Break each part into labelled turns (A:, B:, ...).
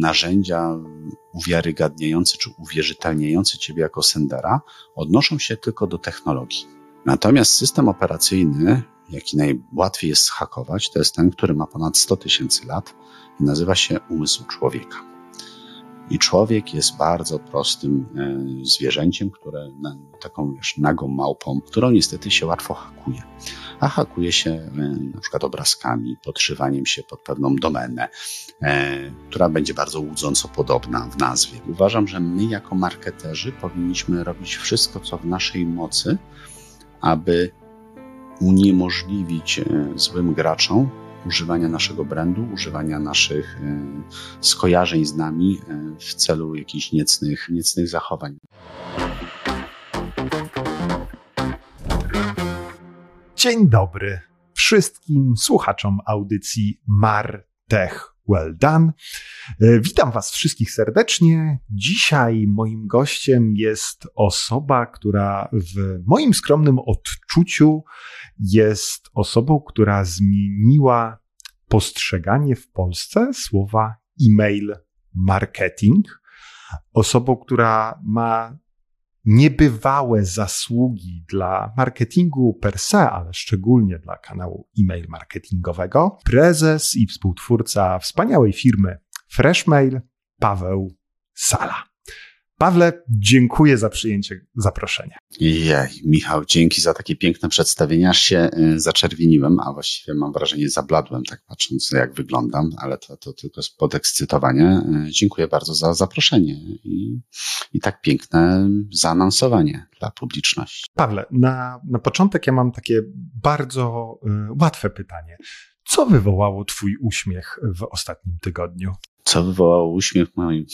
A: narzędzia uwiarygadniające czy uwierzytelniające ciebie jako sendera odnoszą się tylko do technologii. Natomiast system operacyjny, jaki najłatwiej jest zhakować, to jest ten, który ma ponad 100 000 lat i nazywa się umysł człowieka. I człowiek jest bardzo prostym zwierzęciem, taką nagą małpą, którą niestety się łatwo hakuje. A hakuje się na przykład obrazkami, podszywaniem się pod pewną domenę, która będzie bardzo łudząco podobna w nazwie. Uważam, że my jako marketerzy powinniśmy robić wszystko, co w naszej mocy, aby uniemożliwić złym graczom używania naszego brandu, używania naszych skojarzeń z nami w celu jakichś niecnych zachowań.
B: Dzień dobry wszystkim słuchaczom audycji MarTech Well Done. Witam Was wszystkich serdecznie. Dzisiaj moim gościem jest osoba, która w moim skromnym odczuciu jest osobą, która zmieniła postrzeganie w Polsce słowa e-mail marketing. Osobą, która ma niebywałe zasługi dla marketingu per se, ale szczególnie dla kanału e-mail marketingowego. Prezes i współtwórca wspaniałej firmy Freshmail, Paweł Sala. Pawle, dziękuję za przyjęcie zaproszenia.
A: Michał, dzięki za takie piękne przedstawienie. Aż się zaczerwieniłem, a właściwie mam wrażenie zabladłem, tak patrząc jak wyglądam, ale to tylko podekscytowanie. Dziękuję bardzo za zaproszenie i tak piękne zaanonsowanie dla publiczności.
B: Pawle, na początek ja mam takie bardzo łatwe pytanie. Co wywołało Twój uśmiech w ostatnim tygodniu?
A: Co wywołało uśmiech moim?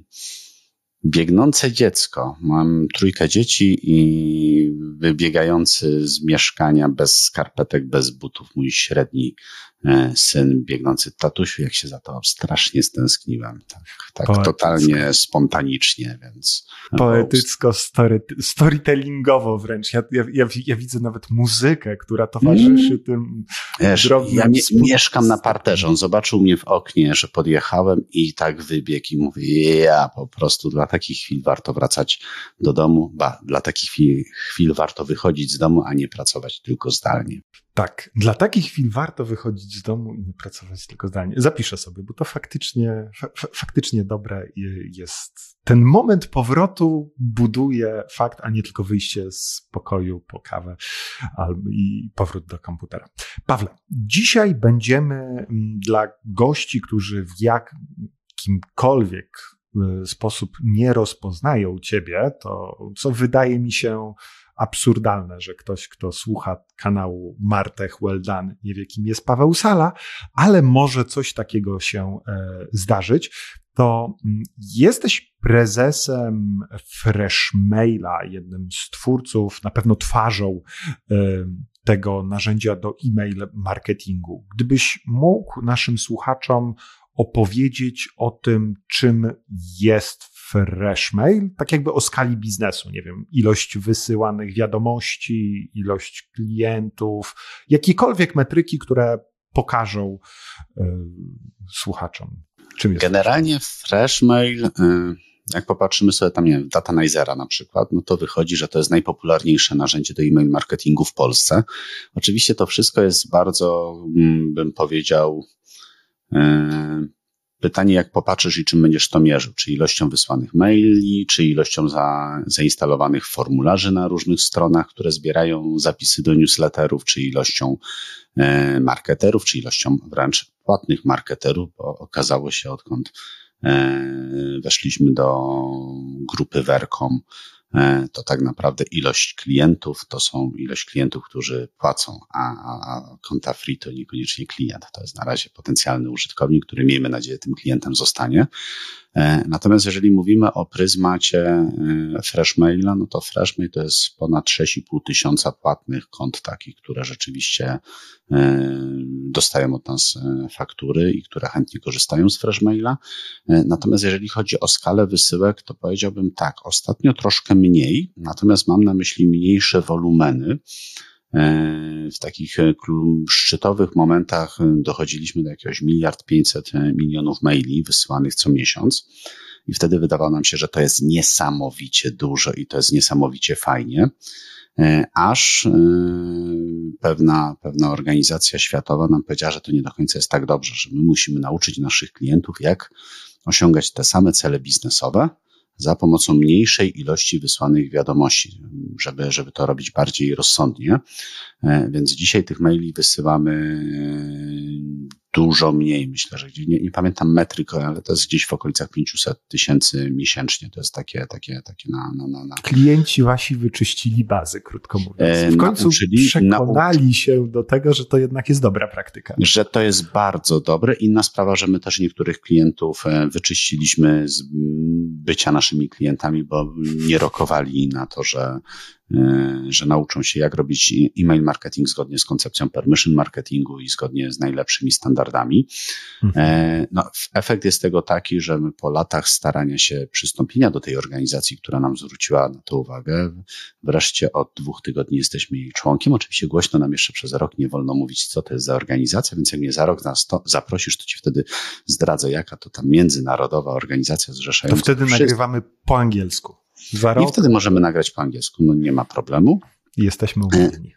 A: Biegnące dziecko. Mam 3 dzieci i wybiegający z mieszkania bez skarpetek, bez butów mój średni syn biegnący. Tatusiu, jak się za to strasznie stęskniłem. Tak totalnie spontanicznie, więc...
B: Poetycko, storytellingowo wręcz. Ja widzę nawet muzykę, która towarzyszy tym drobnym...
A: Ja mieszkam na parterze. On zobaczył mnie w oknie, że podjechałem i tak wybiegł i mówi, po prostu dla takich chwil warto wracać do domu, dla takich chwil warto wychodzić z domu, a nie pracować tylko zdalnie.
B: Tak, dla takich chwil warto wychodzić z domu i nie pracować tylko zdalnie. Zapiszę sobie, bo to faktycznie dobre jest. Ten moment powrotu buduje fakt, a nie tylko wyjście z pokoju po kawę i powrót do komputera. Pawle, dzisiaj będziemy dla gości, którzy w jakimkolwiek sposób nie rozpoznają Ciebie, to co wydaje mi się absurdalne, że ktoś, kto słucha kanału MarTech Well Done, nie wie, kim jest Paweł Sala, ale może coś takiego się zdarzyć, to jesteś prezesem Freshmaila, jednym z twórców, na pewno twarzą tego narzędzia do e-mail marketingu. Gdybyś mógł naszym słuchaczom opowiedzieć o tym, czym jest Freshmail, tak jakby o skali biznesu, nie wiem, ilość wysyłanych wiadomości, ilość klientów, jakiekolwiek metryki, które pokażą słuchaczom, czym jest.
A: Generalnie Freshmail, jak popatrzymy sobie tam, nie wiem, Datanizera na przykład, no to wychodzi, że to jest najpopularniejsze narzędzie do e-mail marketingu w Polsce. Oczywiście to wszystko jest bardzo, bym powiedział, pytanie, jak popatrzysz i czym będziesz to mierzył, czy ilością wysłanych maili, czy ilością zainstalowanych formularzy na różnych stronach, które zbierają zapisy do newsletterów, czy ilością marketerów, czy ilością wręcz płatnych marketerów, bo okazało się, odkąd weszliśmy do grupy Vercom, to tak naprawdę ilość klientów to są ilość klientów, którzy płacą, a konta free to niekoniecznie klient. To jest na razie potencjalny użytkownik, który miejmy nadzieję tym klientem zostanie. Natomiast jeżeli mówimy o pryzmacie Freshmaila, no to Freshmail to jest ponad 6,5 tysiąca płatnych kont takich, które rzeczywiście dostają od nas faktury i które chętnie korzystają z Freshmaila. Natomiast jeżeli chodzi o skalę wysyłek, to powiedziałbym tak, ostatnio troszkę mniej, natomiast mam na myśli mniejsze wolumeny, W takich szczytowych momentach dochodziliśmy do jakiegoś 1,5 miliarda maili wysyłanych co miesiąc i wtedy wydawało nam się, że to jest niesamowicie dużo i to jest niesamowicie fajnie, aż pewna organizacja światowa nam powiedziała, że to nie do końca jest tak dobrze, że my musimy nauczyć naszych klientów, jak osiągać te same cele biznesowe za pomocą mniejszej ilości wysłanych wiadomości, żeby to robić bardziej rozsądnie. Więc dzisiaj tych maili wysyłamy dużo mniej. Myślę, że nie pamiętam metryk, ale to jest gdzieś w okolicach 500 000 miesięcznie. To jest takie na...
B: Klienci wasi wyczyścili bazy, krótko mówiąc. W końcu przekonali się do tego, że to jednak jest dobra praktyka.
A: Że to jest bardzo dobre. Inna sprawa, że my też niektórych klientów wyczyściliśmy z bycia naszymi klientami, bo nie rokowali na to, że nauczą się, jak robić e-mail marketing zgodnie z koncepcją permission marketingu i zgodnie z najlepszymi standardami. Efekt jest tego taki, że my po latach starania się przystąpienia do tej organizacji, która nam zwróciła na to uwagę, wreszcie od 2 tygodni jesteśmy jej członkiem. Oczywiście głośno nam jeszcze przez rok nie wolno mówić, co to jest za organizacja, więc jak mnie za rok zaprosisz, to ci wtedy zdradzę, jaka to tam międzynarodowa organizacja zrzeszająca.
B: To wtedy nagrywamy po angielsku.
A: I wtedy możemy nagrać po angielsku, nie ma problemu.
B: Jesteśmy umówieni.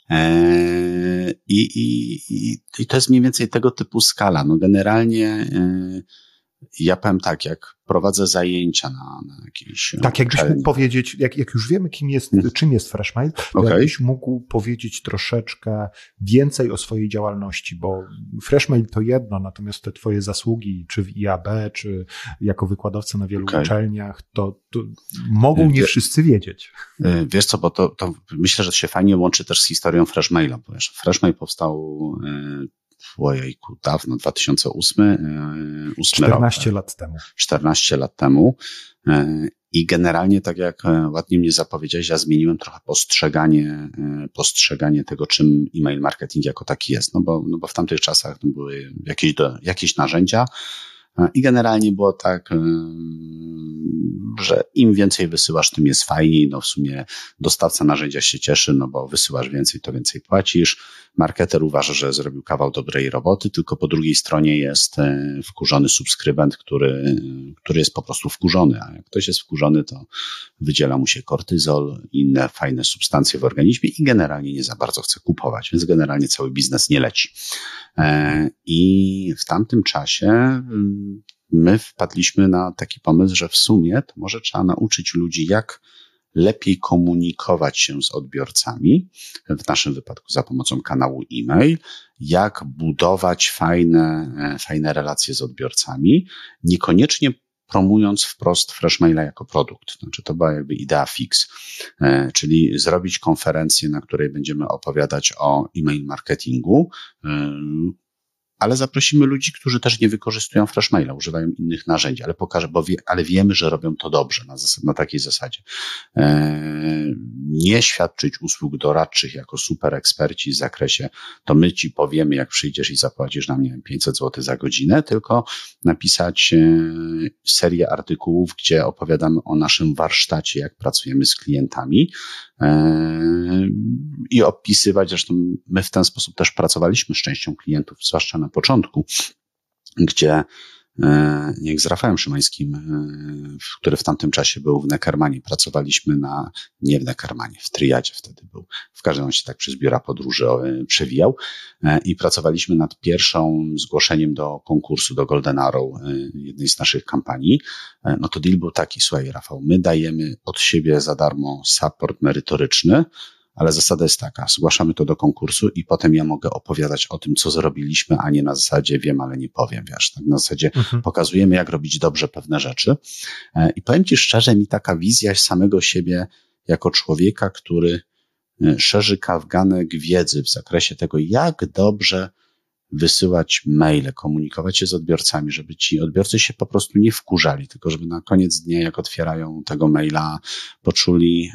A: I to jest mniej więcej tego typu skala. Generalnie ja powiem tak, jak prowadzę zajęcia na jakiejś...
B: Tak, jakbyś mógł powiedzieć, jak już wiemy, czym jest Freshmail, to jakbyś mógł powiedzieć troszeczkę więcej o swojej działalności, bo Freshmail to jedno, natomiast te twoje zasługi, czy w IAB, czy jako wykładowca na wielu uczelniach, to mogą nie wszyscy wiedzieć.
A: Wiesz co, bo to myślę, że to się fajnie łączy też z historią Freshmaila, bo wiesz, Freshmail powstał... dawno, 2008
B: 14 lat temu.
A: 14 lat temu. I generalnie, tak jak ładnie mnie zapowiedziałeś, ja zmieniłem trochę postrzeganie tego, czym e-mail marketing jako taki jest. No bo w tamtych czasach były jakieś narzędzia i generalnie było tak, że im więcej wysyłasz, tym jest fajniej. W sumie dostawca narzędzia się cieszy, bo wysyłasz więcej, to więcej płacisz. Marketer uważa, że zrobił kawał dobrej roboty, tylko po drugiej stronie jest wkurzony subskrybent, który jest po prostu wkurzony. A jak ktoś jest wkurzony, to wydziela mu się kortyzol i inne fajne substancje w organizmie i generalnie nie za bardzo chce kupować, więc generalnie cały biznes nie leci. I w tamtym czasie my wpadliśmy na taki pomysł, że w sumie to może trzeba nauczyć ludzi, jak lepiej komunikować się z odbiorcami, w naszym wypadku za pomocą kanału e-mail, jak budować fajne relacje z odbiorcami, niekoniecznie promując wprost Freshmaila jako produkt. Znaczy to była jakby idea fix, czyli zrobić konferencję, na której będziemy opowiadać o e-mail marketingu, ale zaprosimy ludzi, którzy też nie wykorzystują Freshmaila, używają innych narzędzi, ale wiemy, że robią to dobrze, na takiej zasadzie. Nie świadczyć usług doradczych jako super eksperci w zakresie, to my ci powiemy, jak przyjdziesz i zapłacisz nam, 500 zł za godzinę, tylko napisać serię artykułów, gdzie opowiadamy o naszym warsztacie, jak pracujemy z klientami, i opisywać, zresztą my w ten sposób też pracowaliśmy z częścią klientów, zwłaszcza na początku, gdzie jak z Rafałem Szymańskim, który w tamtym czasie był w Neckermanie, pracowaliśmy nie w Neckermanie, w Triadzie wtedy był, w każdym razie tak przez biura podróży przewijał i pracowaliśmy nad pierwszym zgłoszeniem do konkursu, do Golden Arrow, jednej z naszych kampanii. To deal był taki, słuchaj Rafał, my dajemy od siebie za darmo support merytoryczny, ale zasada jest taka, zgłaszamy to do konkursu i potem ja mogę opowiadać o tym, co zrobiliśmy, a nie na zasadzie wiem, ale nie powiem, wiesz, tak na zasadzie pokazujemy, jak robić dobrze pewne rzeczy. I powiem ci szczerze, mi taka wizja samego siebie jako człowieka, który szerzy kaganek wiedzy w zakresie tego, jak dobrze wysyłać maile, komunikować się z odbiorcami, żeby ci odbiorcy się po prostu nie wkurzali, tylko żeby na koniec dnia, jak otwierają tego maila, poczuli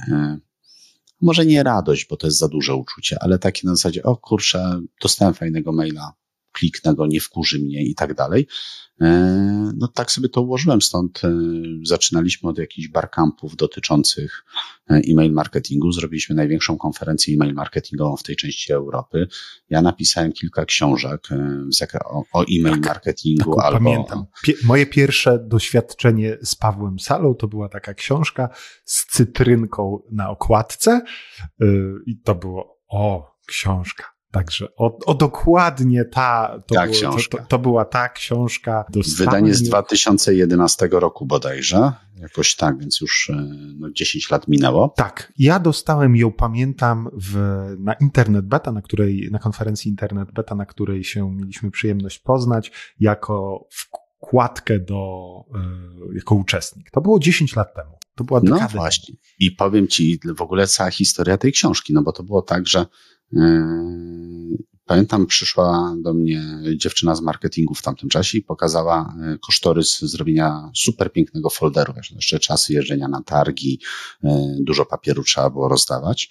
A: może nie radość, bo to jest za duże uczucie, ale takie na zasadzie, o kurczę, dostałem fajnego maila, kliknę go, nie wkurzy mnie i tak dalej. No tak sobie to ułożyłem, stąd zaczynaliśmy od jakichś barcampów dotyczących e-mail marketingu. Zrobiliśmy największą konferencję e-mail marketingową w tej części Europy. Ja napisałem kilka książek o e-mail marketingu.
B: Albo... Pamiętam. Moje pierwsze doświadczenie z Pawłem Salą to była taka książka z cytrynką na okładce i to było książka. Także dokładnie to była ta książka.
A: Wydanie z 2011 roku bodajże, jakoś tak, więc już 10 lat minęło.
B: Tak, ja dostałem ją, pamiętam, na Internet Beta, na konferencji Internet Beta, na której się mieliśmy przyjemność poznać, jako wkładkę jako uczestnik. To było 10 lat temu. To była dekada.
A: No właśnie. I powiem ci w ogóle cała historia tej książki, no bo to było tak, że pamiętam, przyszła do mnie dziewczyna z marketingu w tamtym czasie i pokazała kosztorys zrobienia super pięknego folderu. Wiesz, jeszcze czasy jeżdżenia na targi, dużo papieru trzeba było rozdawać.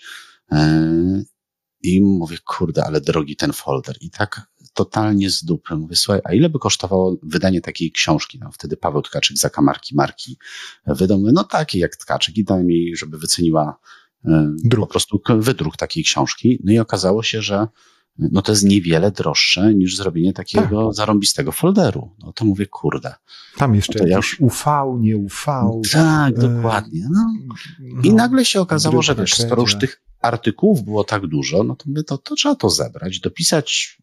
A: I mówię, kurde, ale drogi ten folder. I tak totalnie z dupy. Mówię, słuchaj, a ile by kosztowało wydanie takiej książki? No wtedy Paweł Tkaczyk, zakamarki marki wydał. Mówię, no takie jak Tkaczyk. I dałem jej, żeby wyceniła po prostu wydruk takiej książki. No i okazało się, że no to jest niewiele droższe niż zrobienie takiego zarąbistego folderu. No to mówię, kurde.
B: Tam jeszcze jakieś UV, nie UV.
A: Tak, dokładnie. No. I nagle się okazało, że wiesz, skoro już tych artykułów było tak dużo, no to mówię, to trzeba to zebrać, dopisać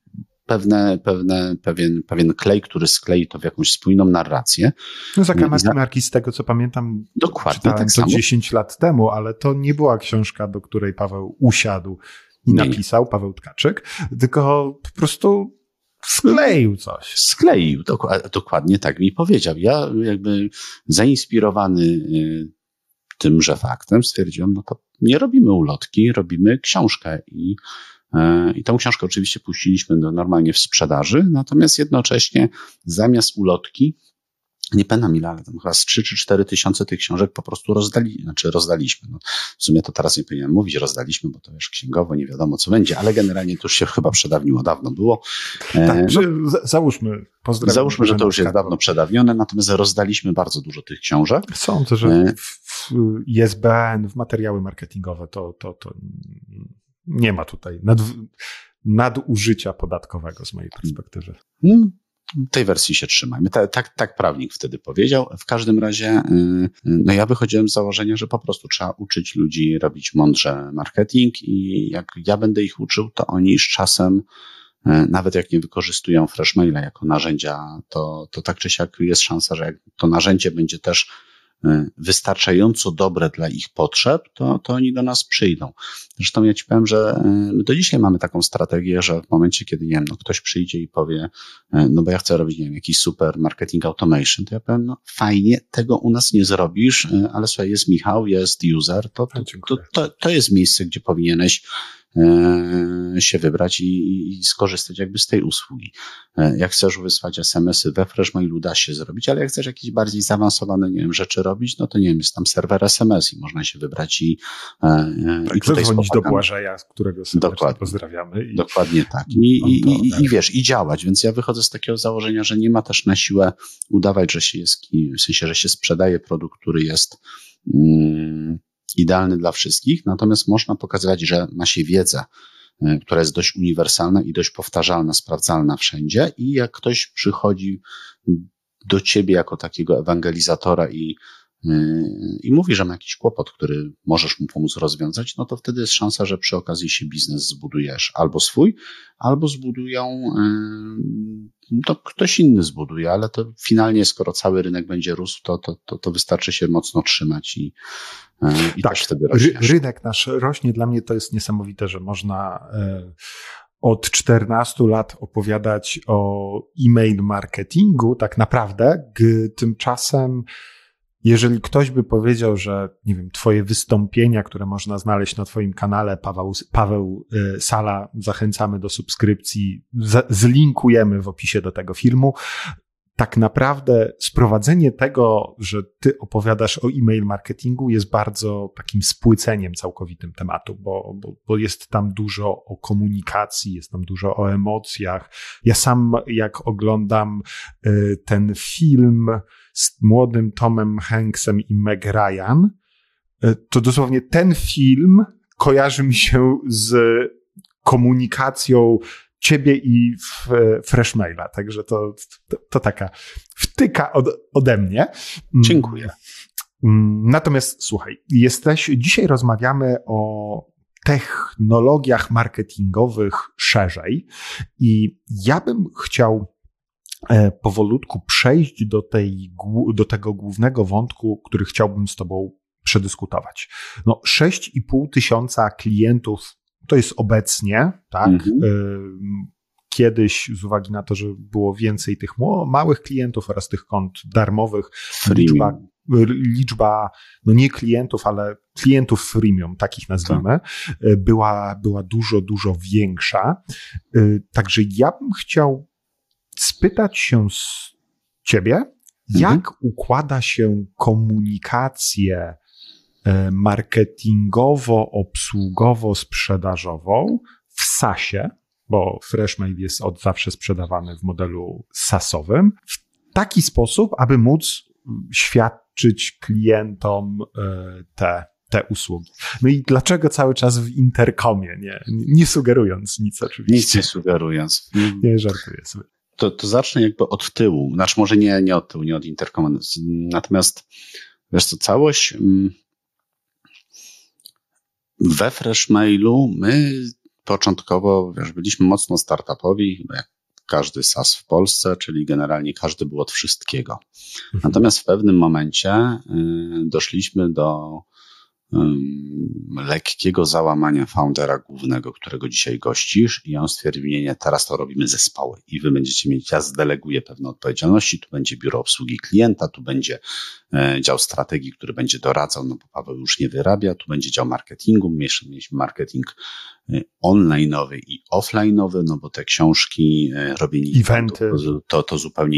A: pewien klej, który sklei to w jakąś spójną narrację.
B: No zakamarki marki, z tego co pamiętam,
A: dokładnie tak
B: to
A: samo.
B: 10 lat temu, ale to nie była książka, do której Paweł usiadł i napisał, Paweł Tkaczyk, tylko po prostu skleił coś.
A: Skleił, dokładnie tak mi powiedział. Ja jakby zainspirowany tymże faktem stwierdziłem, no to nie robimy ulotki, robimy książkę i tę książkę oczywiście puściliśmy normalnie w sprzedaży, natomiast jednocześnie zamiast ulotki, nie pamiętam ile, ale tam chyba z 3 czy 4 tysiące tych książek po prostu rozdaliśmy. No, w sumie to teraz nie powinienem mówić, rozdaliśmy, bo to już księgowo nie wiadomo co będzie, ale generalnie to już się chyba przedawniło, dawno było.
B: Tak, załóżmy,
A: że to już jest dawno przedawnione, natomiast rozdaliśmy bardzo dużo tych książek.
B: Sądzę, że w ISBN, w materiały marketingowe to nie ma tutaj nadużycia podatkowego z mojej perspektywy.
A: Tej wersji się trzymajmy. Tak prawnik wtedy powiedział. W każdym razie no ja wychodziłem z założenia, że po prostu trzeba uczyć ludzi robić mądrze marketing i jak ja będę ich uczył, to oni z czasem, nawet jak nie wykorzystują Freshmaila jako narzędzia, to tak czy siak jest szansa, że jak to narzędzie będzie też wystarczająco dobre dla ich potrzeb, to oni do nas przyjdą. Zresztą ja ci powiem, że my do dzisiaj mamy taką strategię, że w momencie, kiedy nie wiem, no ktoś przyjdzie i powie, no bo ja chcę robić, nie wiem, jakiś super marketing automation, to ja powiem, no fajnie, tego u nas nie zrobisz, ale słuchaj, jest Michał, jest user, to jest miejsce, gdzie powinieneś się wybrać i skorzystać jakby z tej usługi. Jak chcesz wysłać SMS-y we Freshmailu, da się zrobić, ale jak chcesz jakieś bardziej zaawansowane, nie wiem, rzeczy robić, no to nie wiem, jest tam serwer SMS i można się wybrać i
B: tutaj dzwonić do Błażeja, z którego serdecznie pozdrawiamy.
A: Dokładnie tak. I wiesz, i działać, więc ja wychodzę z takiego założenia, że nie ma też na siłę udawać, że się jest kim, w sensie, że się sprzedaje produkt, który jest idealny dla wszystkich, natomiast można pokazywać, że ma się wiedzę, która jest dość uniwersalna i dość powtarzalna, sprawdzalna wszędzie i jak ktoś przychodzi do ciebie jako takiego ewangelizatora i mówi, że ma jakiś kłopot, który możesz mu pomóc rozwiązać, no to wtedy jest szansa, że przy okazji się biznes zbudujesz albo swój, albo zbudują, to ktoś inny zbuduje, ale to finalnie, skoro cały rynek będzie rósł, to wystarczy się mocno trzymać i tak, też wtedy rośniesz.
B: Rynek nasz rośnie. Dla mnie to jest niesamowite, że można od 14 lat opowiadać o e-mail marketingu, tak naprawdę. Tymczasem jeżeli ktoś by powiedział, że nie wiem, twoje wystąpienia, które można znaleźć na twoim kanale, Paweł Sala, zachęcamy do subskrypcji, zlinkujemy w opisie do tego filmu. tak naprawdę sprowadzenie tego, że ty opowiadasz o e-mail marketingu, jest bardzo takim spłyceniem całkowitym tematu, bo jest tam dużo o komunikacji, jest tam dużo o emocjach. Ja sam, jak oglądam ten film z młodym Tomem Hanksem i Meg Ryan, to dosłownie ten film kojarzy mi się z komunikacją ciebie i Freshmaila. Także to taka wtyka ode mnie.
A: Dziękuję.
B: Natomiast słuchaj, dzisiaj rozmawiamy o technologiach marketingowych szerzej i ja bym chciał powolutku przejść do tego głównego wątku, który chciałbym z tobą przedyskutować. 6,5 tysiąca klientów to jest obecnie, tak? Kiedyś, z uwagi na to, że było więcej tych małych klientów oraz tych kont darmowych, liczba nie klientów, ale klientów freemium, takich nazwijmy, była dużo większa. Także ja bym chciał spytać się z ciebie, jak układa się komunikację marketingowo-obsługowo-sprzedażową w SaaS-ie, bo Freshmail jest od zawsze sprzedawany w modelu SaaS-owym, w taki sposób, aby móc świadczyć klientom te usługi. I dlaczego cały czas w interkomie, nie sugerując nic oczywiście.
A: Nic nie sugerując.
B: Nie, żartuję sobie.
A: To zacznę jakby od tyłu. Znaczy może nie od tyłu, nie od interkomu. Natomiast wiesz co, całość we Freshmailu my początkowo, byliśmy mocno startupowi, jak każdy SaaS w Polsce, czyli generalnie każdy był od wszystkiego. Natomiast w pewnym momencie doszliśmy do lekkiego załamania foundera głównego, którego dzisiaj gościsz, i on stwierdził, nie, teraz to robimy zespoły i wy będziecie mieć, ja zdeleguję pewne odpowiedzialności, tu będzie biuro obsługi klienta, tu będzie dział strategii, który będzie doradzał, bo Paweł już nie wyrabia, tu będzie dział marketingu, mieliśmy marketing online'owy i offline'owy, bo te książki, robienie
B: eventy,
A: to zupełnie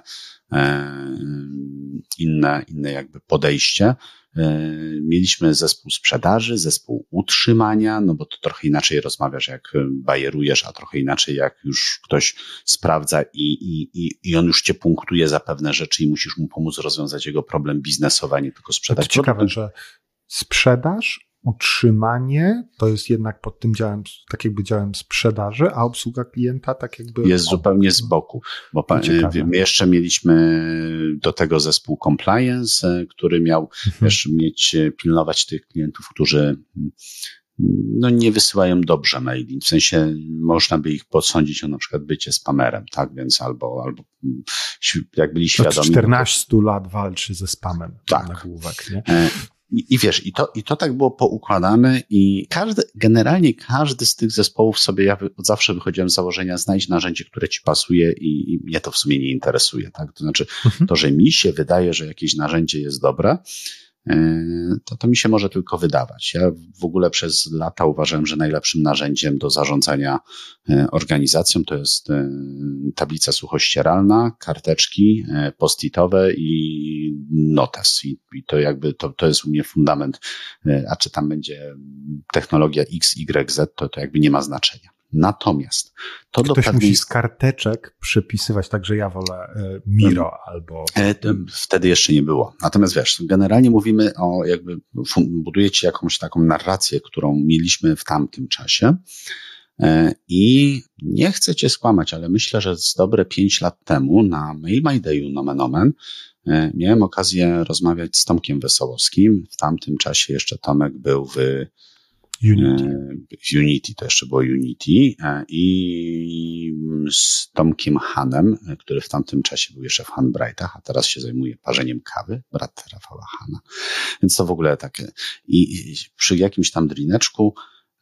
A: inne jakby podejście. Mieliśmy zespół sprzedaży, zespół utrzymania, bo to trochę inaczej rozmawiasz, jak bajerujesz, a trochę inaczej, jak już ktoś sprawdza i on już cię punktuje za pewne rzeczy i musisz mu pomóc rozwiązać jego problem biznesowy, a nie tylko sprzedać.
B: To ciekawe, że sprzedaż, utrzymanie to jest jednak pod tym działem, tak jakby działem sprzedaży, a obsługa klienta tak jakby
A: jest zupełnie z boku, bo my jeszcze mieliśmy do tego zespół compliance, który miał mieć, pilnować tych klientów, którzy nie wysyłają dobrze maili. W sensie można by ich podsądzić o na przykład bycie spamerem, tak? Więc albo jak byli świadomi.
B: Od 14 lat walczy ze spamem.
A: Tak.
B: Nagłówek, nie?
A: I wiesz, i to tak było poukładane i generalnie każdy z tych zespołów sobie, ja zawsze wychodziłem z założenia, znajdź narzędzie, które ci pasuje i mnie to w sumie nie interesuje, tak? To znaczy, to, że mi się wydaje, że jakieś narzędzie jest dobre, to mi się może tylko wydawać. Ja w ogóle przez lata uważałem, że najlepszym narzędziem do zarządzania organizacją to jest tablica suchościeralna, karteczki post-itowe i notes. I to jakby to jest u mnie fundament, a czy tam będzie technologia X, Y, Z, to jakby nie ma znaczenia. Natomiast to
B: ktoś musi z karteczek przepisywać, także ja wolę Miro albo...
A: Wtedy jeszcze nie było. Natomiast wiesz, generalnie mówimy o jakby budujecie jakąś taką narrację, którą mieliśmy w tamtym czasie i nie chcę cię skłamać, ale myślę, że z dobre 5 lat temu na Mail My Dayu nomen omen miałem okazję rozmawiać z Tomkiem Wesołowskim. W tamtym czasie jeszcze Tomek był w Unity, to jeszcze było Unity, i z Tomkiem Hanem, który w tamtym czasie był jeszcze w Handbrightach, a teraz się zajmuje parzeniem kawy, brat Rafała Hana. Więc to w ogóle takie. I przy jakimś tam drineczku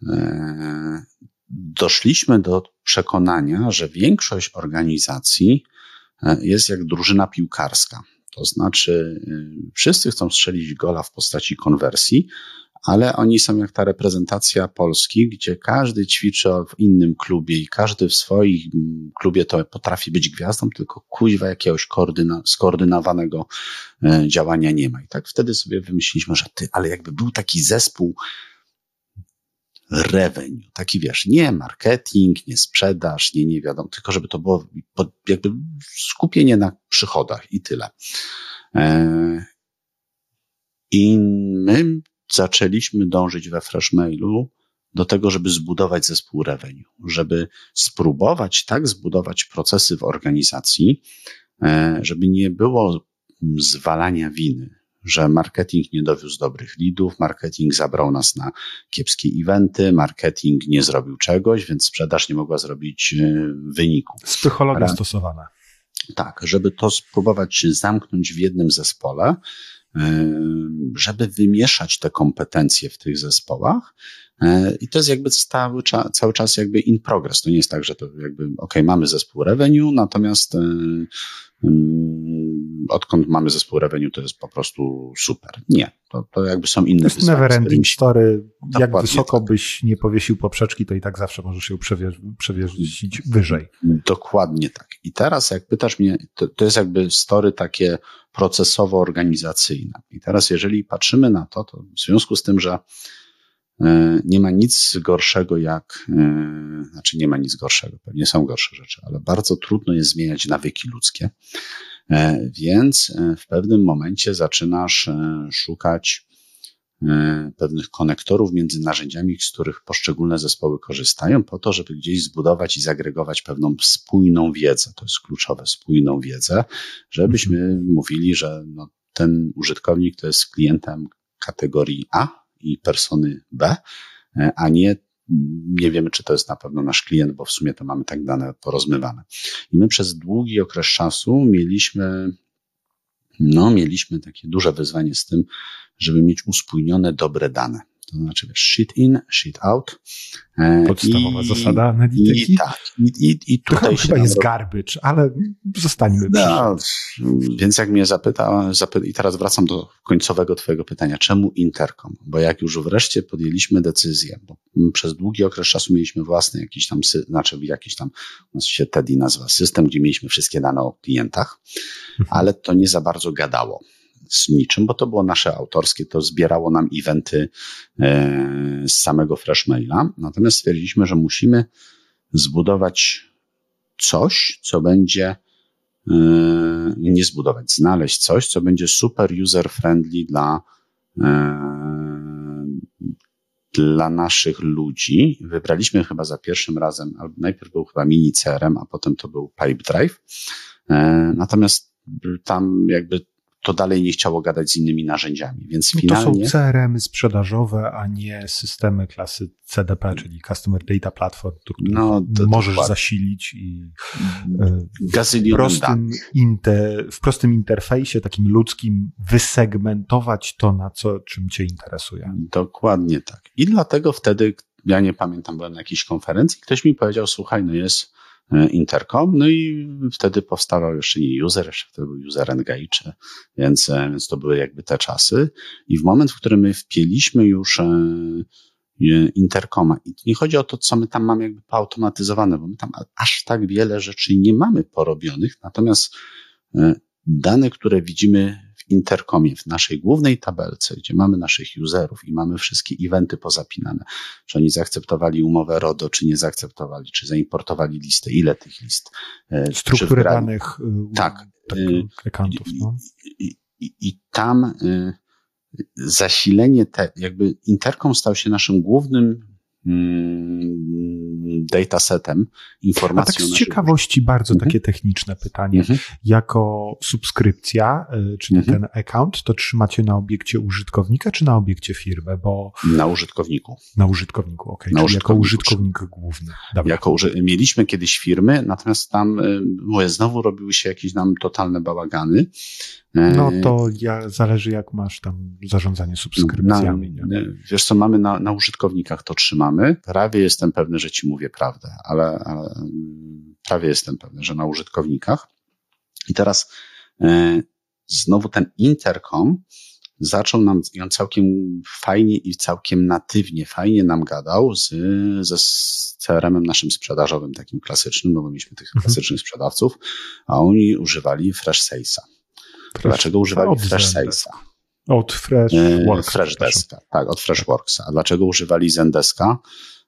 A: doszliśmy do przekonania, że większość organizacji jest jak drużyna piłkarska. To znaczy wszyscy chcą strzelić gola w postaci konwersji, ale oni są jak ta reprezentacja Polski, gdzie każdy ćwiczy w innym klubie i każdy w swoim klubie to potrafi być gwiazdą, tylko kuźwa jakiegoś skoordynowanego działania nie ma. I tak wtedy sobie wymyśliliśmy, że ale jakby był taki zespół revenue, taki wiesz, nie marketing, nie sprzedaż, nie wiadomo, tylko żeby to było jakby skupienie na przychodach i tyle. I my zaczęliśmy dążyć we Freshmailu do tego, żeby zbudować zespół revenue, żeby spróbować tak zbudować procesy w organizacji, żeby nie było zwalania winy, że marketing nie dowiózł dobrych leadów, marketing zabrał nas na kiepskie eventy, marketing nie zrobił czegoś, więc sprzedaż nie mogła zrobić wyniku.
B: Psychologia stosowana.
A: Tak, żeby to spróbować zamknąć w jednym zespole, żeby wymieszać te kompetencje w tych zespołach. I to jest jakby cały czas jakby in progress. To nie jest tak, że to jakby mamy zespół revenue, natomiast odkąd mamy zespół revenue, to jest po prostu super. Nie, to jakby są inne
B: wyzwania. To jest never ending story. Jak
A: Dokładnie
B: wysoko
A: tak.
B: byś nie powiesił poprzeczki, to i tak zawsze możesz ją przewiesić wyżej.
A: Dokładnie tak. I teraz jak pytasz mnie, to jest jakby story takie procesowo-organizacyjne. I teraz jeżeli patrzymy na to w związku z tym, że nie ma nic gorszego nie ma nic gorszego, pewnie są gorsze rzeczy, ale bardzo trudno jest zmieniać nawyki ludzkie, więc w pewnym momencie zaczynasz szukać pewnych konektorów między narzędziami, z których poszczególne zespoły korzystają, po to, żeby gdzieś zbudować i zagregować pewną spójną wiedzę. To jest kluczowe, spójną wiedzę, żebyśmy mówili, że ten użytkownik to jest klientem kategorii A i persony B, a nie wiemy, czy to jest na pewno nasz klient, bo w sumie to mamy tak dane porozmywane. I my przez długi okres czasu mieliśmy takie duże wyzwanie z tym, żeby mieć uspójnione, dobre dane. To znaczy shit in, shit out.
B: Podstawowa zasada analityki.
A: I tak. I tutaj
B: to chyba jest garbage, ale zostańmy
A: Więc jak mnie i teraz wracam do końcowego twojego pytania, czemu Intercom? Bo jak już wreszcie podjęliśmy decyzję, bo przez długi okres czasu mieliśmy własny jakiś tam, u nas się Teddy nazywa system, gdzie mieliśmy wszystkie dane o klientach, ale to nie za bardzo gadało z niczym, bo to było nasze autorskie, to zbierało nam eventy z samego Freshmaila. Natomiast stwierdziliśmy, że musimy zbudować coś, co będzie znaleźć coś, co będzie super user-friendly dla naszych ludzi. Wybraliśmy chyba za pierwszym razem, albo najpierw był chyba mini CRM, a potem to był Pipedrive. Natomiast tam jakby to dalej nie chciało gadać z innymi narzędziami, więc finalnie...
B: To są CRM-y sprzedażowe, a nie systemy klasy CDP, czyli Customer Data Platform, do których możesz zasilić i w prostym interfejsie, takim ludzkim, wysegmentować to, czym cię interesuje.
A: Dokładnie tak. I dlatego wtedy, ja nie pamiętam, byłem na jakiejś konferencji, ktoś mi powiedział, słuchaj, jest Intercom, i wtedy powstawał jeszcze nie user, jeszcze wtedy był user engage, więc to były jakby te czasy. I w moment, w którym my wpięliśmy już Intercoma, i nie chodzi o to, co my tam mamy jakby poautomatyzowane, bo my tam aż tak wiele rzeczy nie mamy porobionych, natomiast dane, które widzimy w Intercomie, w naszej głównej tabelce, gdzie mamy naszych userów i mamy wszystkie eventy pozapinane, czy oni zaakceptowali umowę RODO, czy nie zaakceptowali, czy zaimportowali listę, ile tych list.
B: Strukturę danych
A: accountów. I tam zasilenie, jakby Intercom stał się naszym głównym datasetem, informacją.
B: A tak z ciekawości bardzo takie techniczne pytanie. Jako subskrypcja, czyli ten account, to trzymacie na obiekcie użytkownika, czy na obiekcie firmy? Bo...
A: Na użytkowniku.
B: Na użytkowniku, okej. Czyli jako użytkownik główny.
A: Mieliśmy kiedyś firmy, natomiast tam znowu robiły się jakieś nam totalne bałagany.
B: To zależy, jak masz tam zarządzanie subskrypcjami.
A: Wiesz co, mamy na użytkownikach to trzymamy. Prawie jestem pewny, że ci mówię prawdę, ale prawie jestem pewny, że na użytkownikach. I teraz znowu ten Intercom zaczął nam, i on całkiem fajnie i całkiem natywnie, fajnie nam gadał ze CRM-em naszym sprzedażowym, takim klasycznym, no bo mieliśmy tych klasycznych sprzedawców, a oni używali Freshsalesa. Dlaczego używali Freshsalesa?
B: Od Freshworksa.
A: Freshdeska, tak, od Freshworksa. A dlaczego używali Zendeska?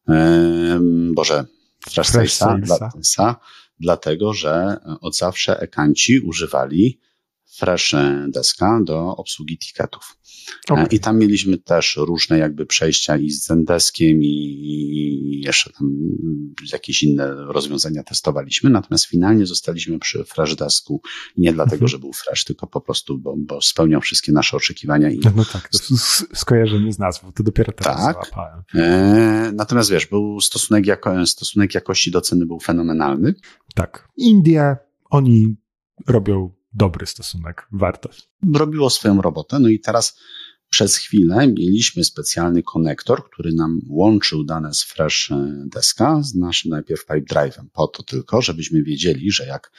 A: Freshsalesa. Dlatego, że od zawsze ekanci używali Freshdeska do obsługi ticketów. Okay. I tam mieliśmy też różne jakby przejścia i z Zendeskiem i jeszcze tam jakieś inne rozwiązania testowaliśmy, natomiast finalnie zostaliśmy przy Freshdesku nie dlatego, że był Fresh, tylko po prostu, bo spełniał wszystkie nasze oczekiwania.
B: No tak, to skojarzenie z nazwą, to dopiero teraz załapałem.
A: Natomiast wiesz, był stosunek jakości do ceny był fenomenalny.
B: Tak. Indie, oni robią dobry stosunek, warto.
A: Robiło swoją robotę, no i teraz przez chwilę mieliśmy specjalny konektor, który nam łączył dane z Freshdeska z naszym najpierw Pipedrive'em, po to tylko, żebyśmy wiedzieli, że jak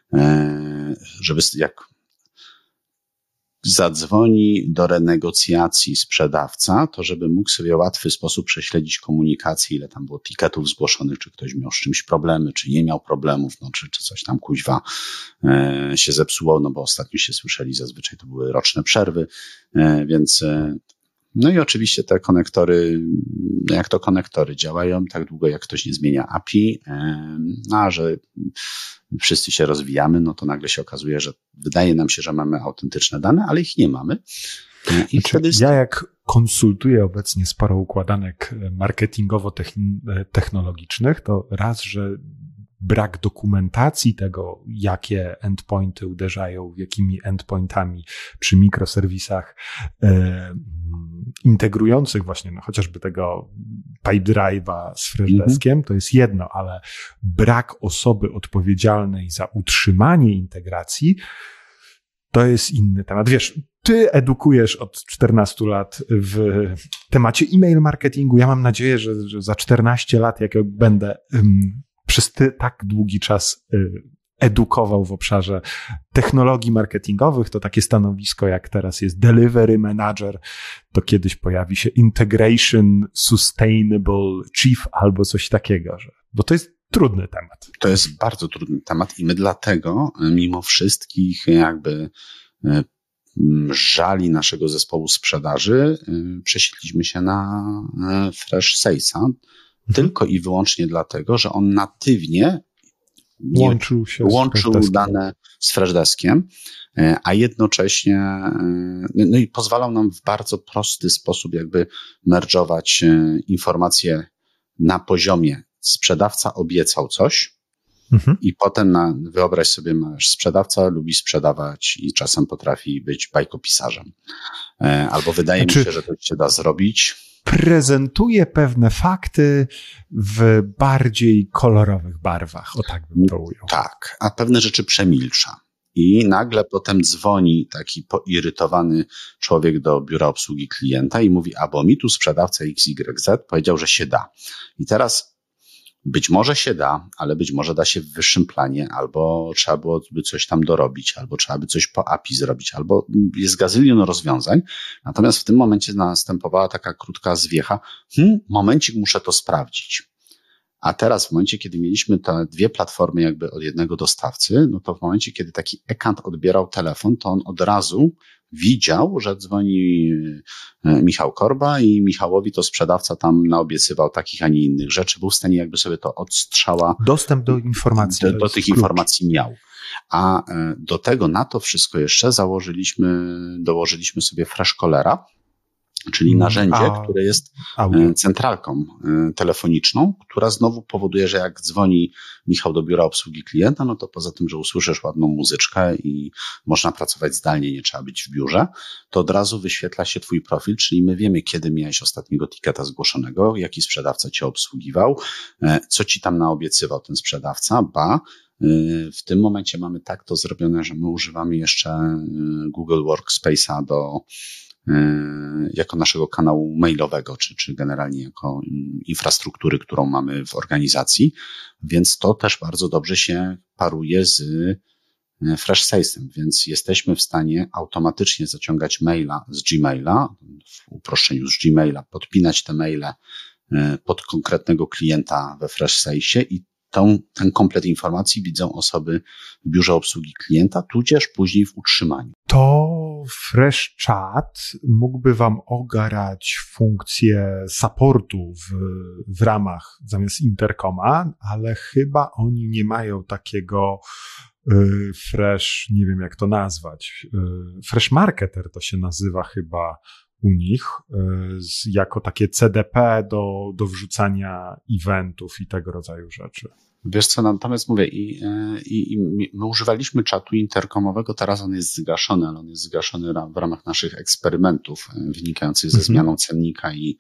A: zadzwoni do renegocjacji sprzedawca, to żeby mógł sobie w łatwy sposób prześledzić komunikację, ile tam było ticketów zgłoszonych, czy ktoś miał z czymś problemy, czy nie miał problemów, no, czy coś tam kuźwa się zepsuło, no bo ostatnio się słyszeli, zazwyczaj to były roczne przerwy, więc no i oczywiście te konektory, jak to konektory działają tak długo, jak ktoś nie zmienia API, a że wszyscy się rozwijamy, no to nagle się okazuje, że wydaje nam się, że mamy autentyczne dane, ale ich nie mamy.
B: I wtedy ja jak konsultuję obecnie sporo układanek marketingowo-technologicznych, to raz, że brak dokumentacji tego, jakie endpointy uderzają, jakimi endpointami przy mikroserwisach integrujących właśnie no, chociażby tego Pipedrive'a z Freshdeskiem, to jest jedno, ale brak osoby odpowiedzialnej za utrzymanie integracji to jest inny temat. Wiesz, ty edukujesz od 14 lat w temacie e-mail marketingu. Ja mam nadzieję, że za 14 lat, jak będę przez tak długi czas edukował w obszarze technologii marketingowych, to takie stanowisko jak teraz jest Delivery Manager, to kiedyś pojawi się Integration Sustainable Chief albo coś takiego, bo to jest trudny temat.
A: To jest bardzo trudny temat i my dlatego mimo wszystkich jakby żali naszego zespołu sprzedaży przesiedliśmy się na Freshsalesa tylko i wyłącznie dlatego, że on natywnie łączył dane z Freshdeskiem, a jednocześnie no i pozwalał nam w bardzo prosty sposób jakby merdżować informacje na poziomie sprzedawca obiecał coś i potem wyobraź sobie, masz sprzedawca lubi sprzedawać i czasem potrafi być bajkopisarzem. Albo wydaje mi się, że to się da zrobić.
B: Prezentuje pewne fakty w bardziej kolorowych barwach, o tak bym to ujął.
A: Tak, a pewne rzeczy przemilcza. I nagle potem dzwoni taki poirytowany człowiek do biura obsługi klienta i mówi, bo mi tu sprzedawca XYZ powiedział, że się da. I teraz być może się da, ale być może da się w wyższym planie, albo trzeba byłoby coś tam dorobić, albo trzeba by coś po API zrobić, albo jest gazylion rozwiązań. Natomiast w tym momencie następowała taka krótka zwiecha. Momencik, muszę to sprawdzić. A teraz w momencie, kiedy mieliśmy te dwie platformy jakby od jednego dostawcy, no to w momencie, kiedy taki ekant odbierał telefon, to on od razu widział, że dzwoni Michał Korba i Michałowi to sprzedawca tam naobiecywał takich, a nie innych rzeczy. Był w stanie jakby sobie to od strzała.
B: Dostęp do informacji.
A: Do tych informacji miał. A do tego, na to wszystko jeszcze dołożyliśmy sobie Freshcallera, czyli narzędzie, które jest centralką telefoniczną, która znowu powoduje, że jak dzwoni Michał do biura obsługi klienta, no to poza tym, że usłyszysz ładną muzyczkę i można pracować zdalnie, nie trzeba być w biurze, to od razu wyświetla się twój profil, czyli my wiemy, kiedy miałeś ostatniego ticketa zgłoszonego, jaki sprzedawca cię obsługiwał, co ci tam naobiecywał ten sprzedawca, w tym momencie mamy tak to zrobione, że my używamy jeszcze Google Workspace'a jako naszego kanału mailowego, czy generalnie jako infrastruktury, którą mamy w organizacji, więc to też bardzo dobrze się paruje z FreshSalesem, więc jesteśmy w stanie automatycznie zaciągać maila z Gmaila, w uproszczeniu z Gmaila, podpinać te maile pod konkretnego klienta we FreshSalesie i ten komplet informacji widzą osoby w biurze obsługi klienta, tudzież później w utrzymaniu.
B: To FreshChat mógłby wam ogarać funkcję supportu w ramach zamiast interkoma, ale chyba oni nie mają takiego Fresh, nie wiem jak to nazwać, Fresh Marketer to się nazywa chyba u nich, jako takie CDP do wrzucania eventów i tego rodzaju rzeczy.
A: Wiesz co, natomiast mówię, i my używaliśmy czatu interkomowego, teraz on jest zgaszony, ale on jest zgaszony w ramach naszych eksperymentów wynikających ze zmianą cennika i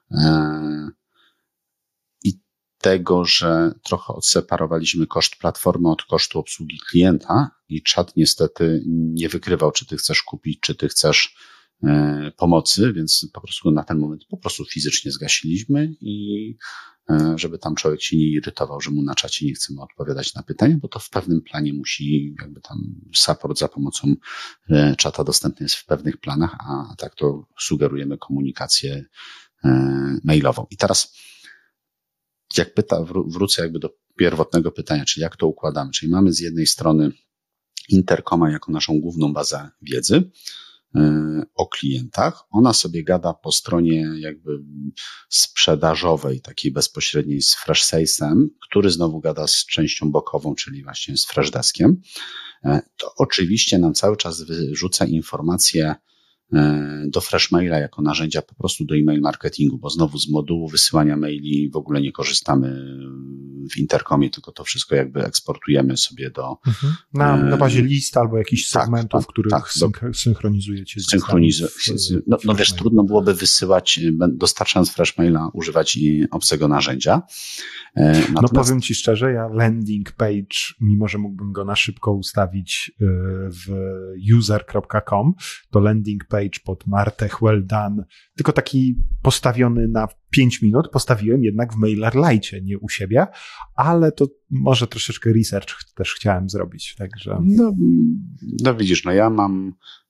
A: tego, że trochę odseparowaliśmy koszt platformy od kosztu obsługi klienta i czat niestety nie wykrywał, czy ty chcesz kupić, czy ty chcesz pomocy, więc po prostu na ten moment po prostu fizycznie zgasiliśmy i żeby tam człowiek się nie irytował, że mu na czacie nie chcemy odpowiadać na pytania, bo to w pewnym planie musi jakby tam support za pomocą czata dostępny jest w pewnych planach, a tak to sugerujemy komunikację mailową. I teraz jak wrócę jakby do pierwotnego pytania, czyli jak to układamy, czyli mamy z jednej strony interkoma jako naszą główną bazę wiedzy o klientach. Ona sobie gada po stronie jakby sprzedażowej, takiej bezpośredniej z FreshSalesem, który znowu gada z częścią bokową, czyli właśnie z FreshDeskiem. To oczywiście nam cały czas wyrzuca informacje do Freshmaila jako narzędzia po prostu do e-mail marketingu, bo znowu z modułu wysyłania maili w ogóle nie korzystamy w interkomie, tylko to wszystko jakby eksportujemy sobie do...
B: Na bazie list albo jakichś segmentów, których synchronizujecie z
A: No wiesz, trudno byłoby wysyłać, dostarczając Freshmaila, używać obcego narzędzia.
B: No powiem ci szczerze, ja landing page, mimo że mógłbym go na szybko ustawić w user.com, to landing page pod Martech well done, tylko taki postawiony na 5 minut, postawiłem jednak w MailerLite, nie u siebie, ale to może troszeczkę research też chciałem zrobić, także...
A: No widzisz, no ja mam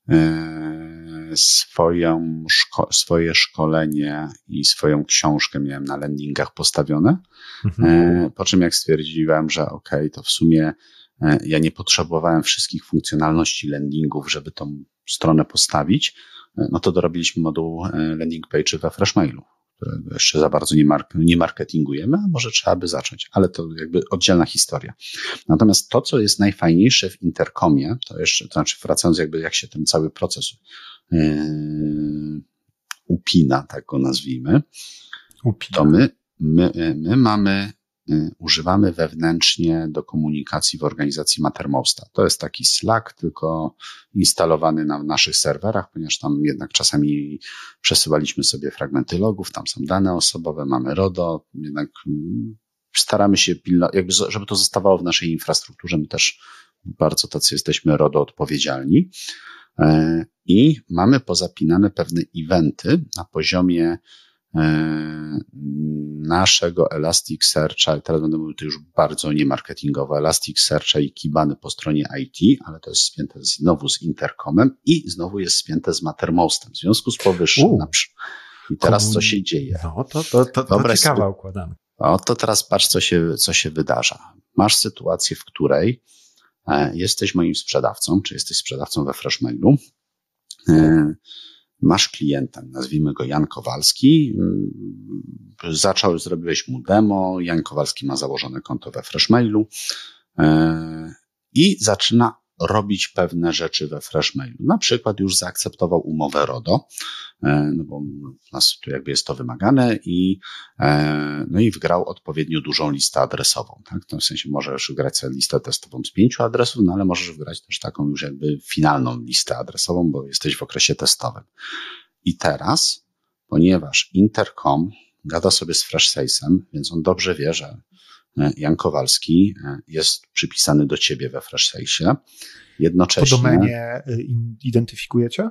A: swoje szkolenie i swoją książkę miałem na landingach postawione, po czym jak stwierdziłem, że to w sumie ja nie potrzebowałem wszystkich funkcjonalności landingów, żeby tą stronę postawić, no to dorobiliśmy moduł landing page we Freshmailu, którego jeszcze za bardzo nie marketingujemy, a może trzeba by zacząć, ale to jakby oddzielna historia. Natomiast to, co jest najfajniejsze w interkomie, to znaczy wracając jakby jak się ten cały proces upina, tak go nazwijmy, to my używamy wewnętrznie do komunikacji w organizacji Mattermosta. To jest taki Slack, tylko instalowany na naszych serwerach, ponieważ tam jednak czasami przesyłaliśmy sobie fragmenty logów, tam są dane osobowe, mamy RODO, jednak staramy się jakby żeby to zostawało w naszej infrastrukturze. My też bardzo tacy jesteśmy RODO odpowiedzialni i mamy pozapinane pewne eventy na poziomie naszego Elasticsearcha, teraz będę mówił to już bardzo niemarketingowo, Elasticsearcha i Kibany po stronie IT, ale to jest spięte znowu z interkomem i znowu jest spięte z Mattermostem. W związku z powyższym i teraz co się dzieje?
B: No to ciekawa układanka.
A: To teraz patrz, co się wydarza. Masz sytuację, w której jesteś moim sprzedawcą, czy jesteś sprzedawcą we Freshmailu, masz klienta, nazwijmy go Jan Kowalski, zrobiłeś mu demo, Jan Kowalski ma założone konto we Freshmailu i zaczyna robić pewne rzeczy we Freshmailu. Na przykład już zaakceptował umowę RODO, no bo u nas tu jakby jest to wymagane i wgrał odpowiednio dużą listę adresową. Tak? W sensie możesz wgrać sobie listę testową z 5 adresów, no ale możesz wgrać też taką już jakby finalną listę adresową, bo jesteś w okresie testowym. I teraz, ponieważ Intercom gada sobie z FreshSalesem, więc on dobrze wie, że Jan Kowalski jest przypisany do ciebie we FreshSalesie. Jednocześnie...
B: Po domenie identyfikujecie?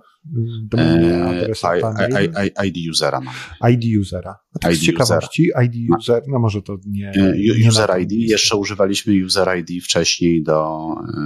A: ID usera mamy.
B: ID usera. A tak z ciekawości, ID user, no może to nie...
A: User ID, jeszcze używaliśmy user ID wcześniej do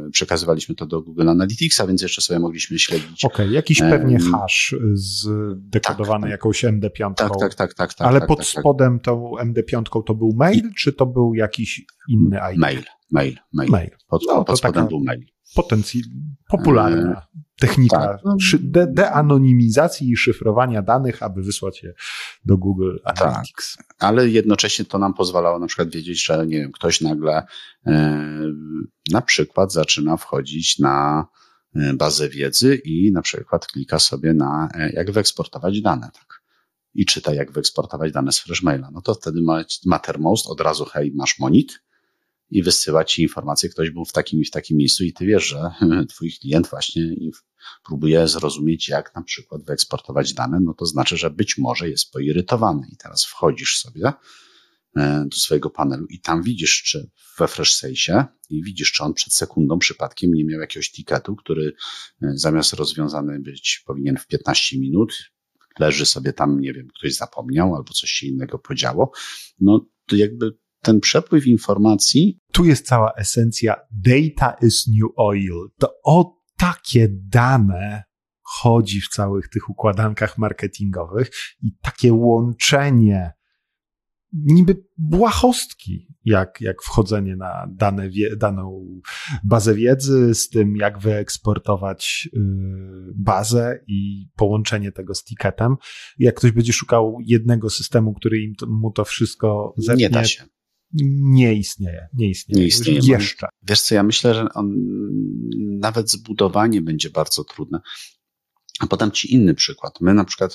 A: przekazywaliśmy to do Google Analyticsa, więc jeszcze sobie mogliśmy śledzić.
B: Okej, jakiś pewnie hash dekodowany
A: tak.
B: jakąś MD5.
A: Tak.
B: Ale pod spodem tą MD5 to był mail, czy to był jakiś inny ID?
A: Mail. Pod spodem był mail.
B: Popularna technika deanonimizacji i szyfrowania danych, aby wysłać je do Google Analytics.
A: Tak, ale jednocześnie to nam pozwalało na przykład wiedzieć, że nie wiem, ktoś nagle na przykład zaczyna wchodzić na bazę wiedzy i na przykład klika sobie na jak wyeksportować dane, tak. I czyta jak wyeksportować dane z Freshmaila. No to wtedy Mattermost od razu hej, masz monit i wysyła ci informację, ktoś był w takim i w takim miejscu i ty wiesz, że twój klient właśnie próbuje zrozumieć, jak na przykład wyeksportować dane, no to znaczy, że być może jest poirytowany i teraz wchodzisz sobie do swojego panelu i tam widzisz, czy we FreshSave'ie i widzisz, czy on przed sekundą przypadkiem nie miał jakiegoś tiketu, który zamiast rozwiązany być powinien w 15 minut, leży sobie tam, nie wiem, ktoś zapomniał albo coś się innego podziało. No to jakby ten przepływ informacji.
B: Tu jest cała esencja data is new oil. To o takie dane chodzi w całych tych układankach marketingowych i takie łączenie niby błahostki, jak wchodzenie na daną bazę wiedzy z tym, jak wyeksportować bazę i połączenie tego z ticketem. Jak ktoś będzie szukał jednego systemu, który mu to wszystko zepnie,
A: nie da się.
B: Nie istnieje. Jeszcze.
A: Wiesz co, ja myślę, że nawet zbudowanie będzie bardzo trudne. A podam ci inny przykład. My na przykład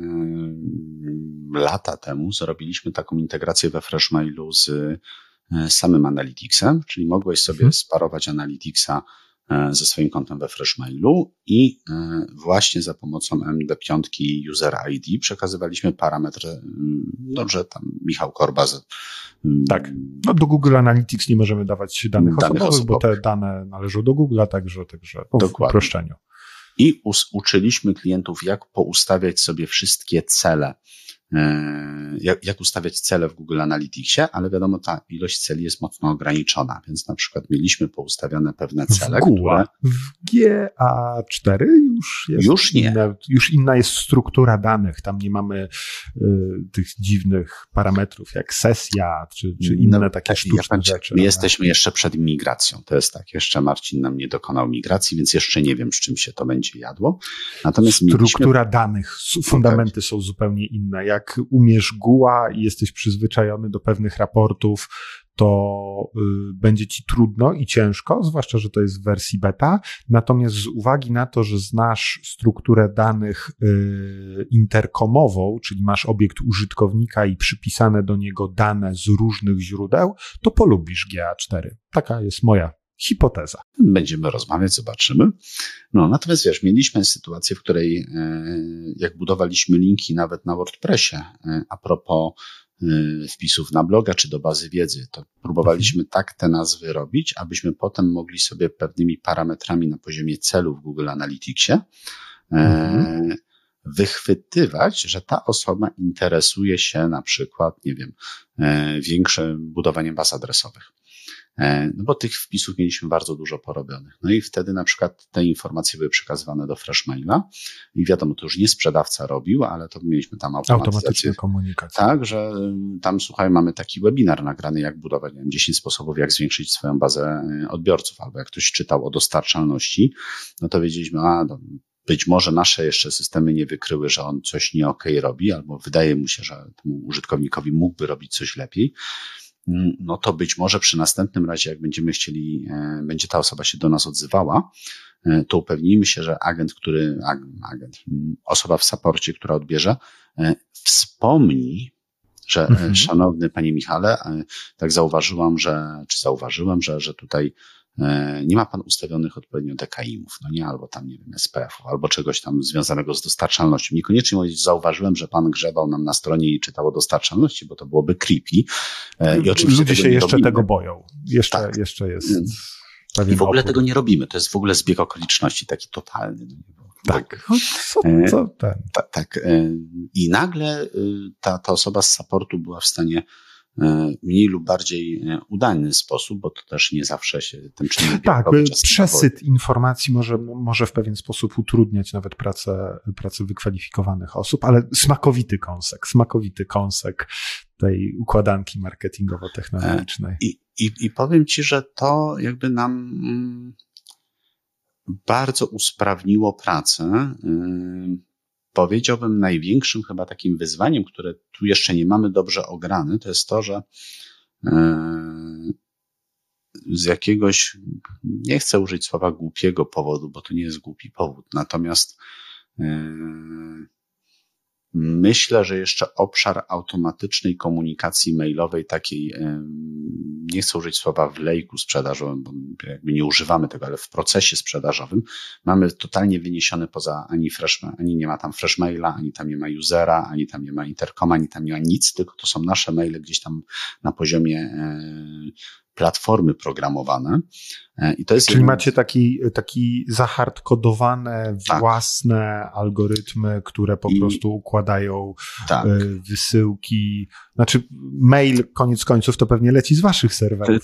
A: lata temu zrobiliśmy taką integrację we Freshmailu z samym Analyticsem, czyli mogłeś sobie sparować Analyticsa ze swoim kontem we Freshmailu i właśnie za pomocą MD5 User ID przekazywaliśmy parametry, że tam Michał Korba.
B: Tak. No do Google Analytics nie możemy dawać danych osobowych, bo te dane należą do Google'a, także w uproszczeniu.
A: I uczyliśmy klientów, jak poustawiać sobie wszystkie cele, jak ustawiać cele w Google Analyticsie, ale wiadomo, ta ilość celi jest mocno ograniczona, więc na przykład mieliśmy poustawione pewne cele, które...
B: W GA4
A: już nie.
B: Już inna jest struktura danych, tam nie mamy tych dziwnych parametrów jak sesja, czy inne takie sztuczne rzeczy.
A: My jesteśmy jeszcze przed migracją, to jest tak, jeszcze Marcin nam nie dokonał migracji, więc jeszcze nie wiem, z czym się to będzie jadło. Natomiast
B: struktura danych, fundamenty są zupełnie inne. Jak umiesz GUA i jesteś przyzwyczajony do pewnych raportów, to będzie ci trudno i ciężko, zwłaszcza, że to jest w wersji beta. Natomiast z uwagi na to, że znasz strukturę danych interkomową, czyli masz obiekt użytkownika i przypisane do niego dane z różnych źródeł, to polubisz GA4. Taka jest moja hipoteza.
A: Będziemy rozmawiać, zobaczymy. No, natomiast wiesz, mieliśmy sytuację, w której jak budowaliśmy linki nawet na WordPressie, a propos wpisów na bloga czy do bazy wiedzy, to próbowaliśmy tak te nazwy robić, abyśmy potem mogli sobie pewnymi parametrami na poziomie celów w Google Analyticsie wychwytywać, że ta osoba interesuje się na przykład, nie wiem, większym budowaniem baz adresowych. No bo tych wpisów mieliśmy bardzo dużo porobionych. No i wtedy na przykład te informacje były przekazywane do Freshmaila i wiadomo, to już nie sprzedawca robił, ale to mieliśmy tam
B: automatyczną komunikację.
A: Tak, że tam słuchaj, mamy taki webinar nagrany, jak budować, nie wiem, 10 sposobów, jak zwiększyć swoją bazę odbiorców, albo jak ktoś czytał o dostarczalności, no to wiedzieliśmy, być może nasze jeszcze systemy nie wykryły, że on coś nie okej robi, albo wydaje mu się, że temu użytkownikowi mógłby robić coś lepiej. No to być może przy następnym razie, jak będziemy chcieli, będzie ta osoba się do nas odzywała, to upewnijmy się, że osoba w supporcie, która odbierze, wspomni, że szanowny panie Michale, tak zauważyłem, że tutaj nie ma pan ustawionych odpowiednio DKIM-ów, no nie, albo tam, nie wiem, SPF-ów, albo czegoś tam związanego z dostarczalnością. Niekoniecznie zauważyłem, że pan grzebał nam na stronie i czytał o dostarczalności, bo to byłoby creepy.
B: I oczywiście ludzie się jeszcze tego boją. Jeszcze jest
A: i w ogóle tego nie robimy. To jest w ogóle zbieg okoliczności taki totalny.
B: Tak.
A: Tak. I nagle ta osoba z supportu była w stanie mniej lub bardziej udany sposób, bo to też nie zawsze się tym czynnikiem.
B: Tak, przesyt informacji może w pewien sposób utrudniać nawet pracę wykwalifikowanych osób, ale smakowity kąsek tej układanki marketingowo-technologicznej.
A: I powiem ci, że to jakby nam bardzo usprawniło pracę. Powiedziałbym, największym chyba takim wyzwaniem, które tu jeszcze nie mamy dobrze ograne, to jest to, że z jakiegoś, nie chcę użyć słowa głupiego powodu, bo to nie jest głupi powód, natomiast myślę, że jeszcze obszar automatycznej komunikacji mailowej, takiej, nie chcę użyć słowa w lejku sprzedażowym, bo jakby nie używamy tego, ale w procesie sprzedażowym mamy totalnie wyniesione poza ani nie ma tam fresh maila, ani tam nie ma usera, ani tam nie ma intercoma, ani tam nie ma nic, tylko to są nasze maile gdzieś tam na poziomie platformy programowane. I to jest
B: Czyli macie taki zahardkodowane własne algorytmy, które po prostu układają wysyłki. Znaczy mail koniec końców to pewnie leci z waszych serwerów.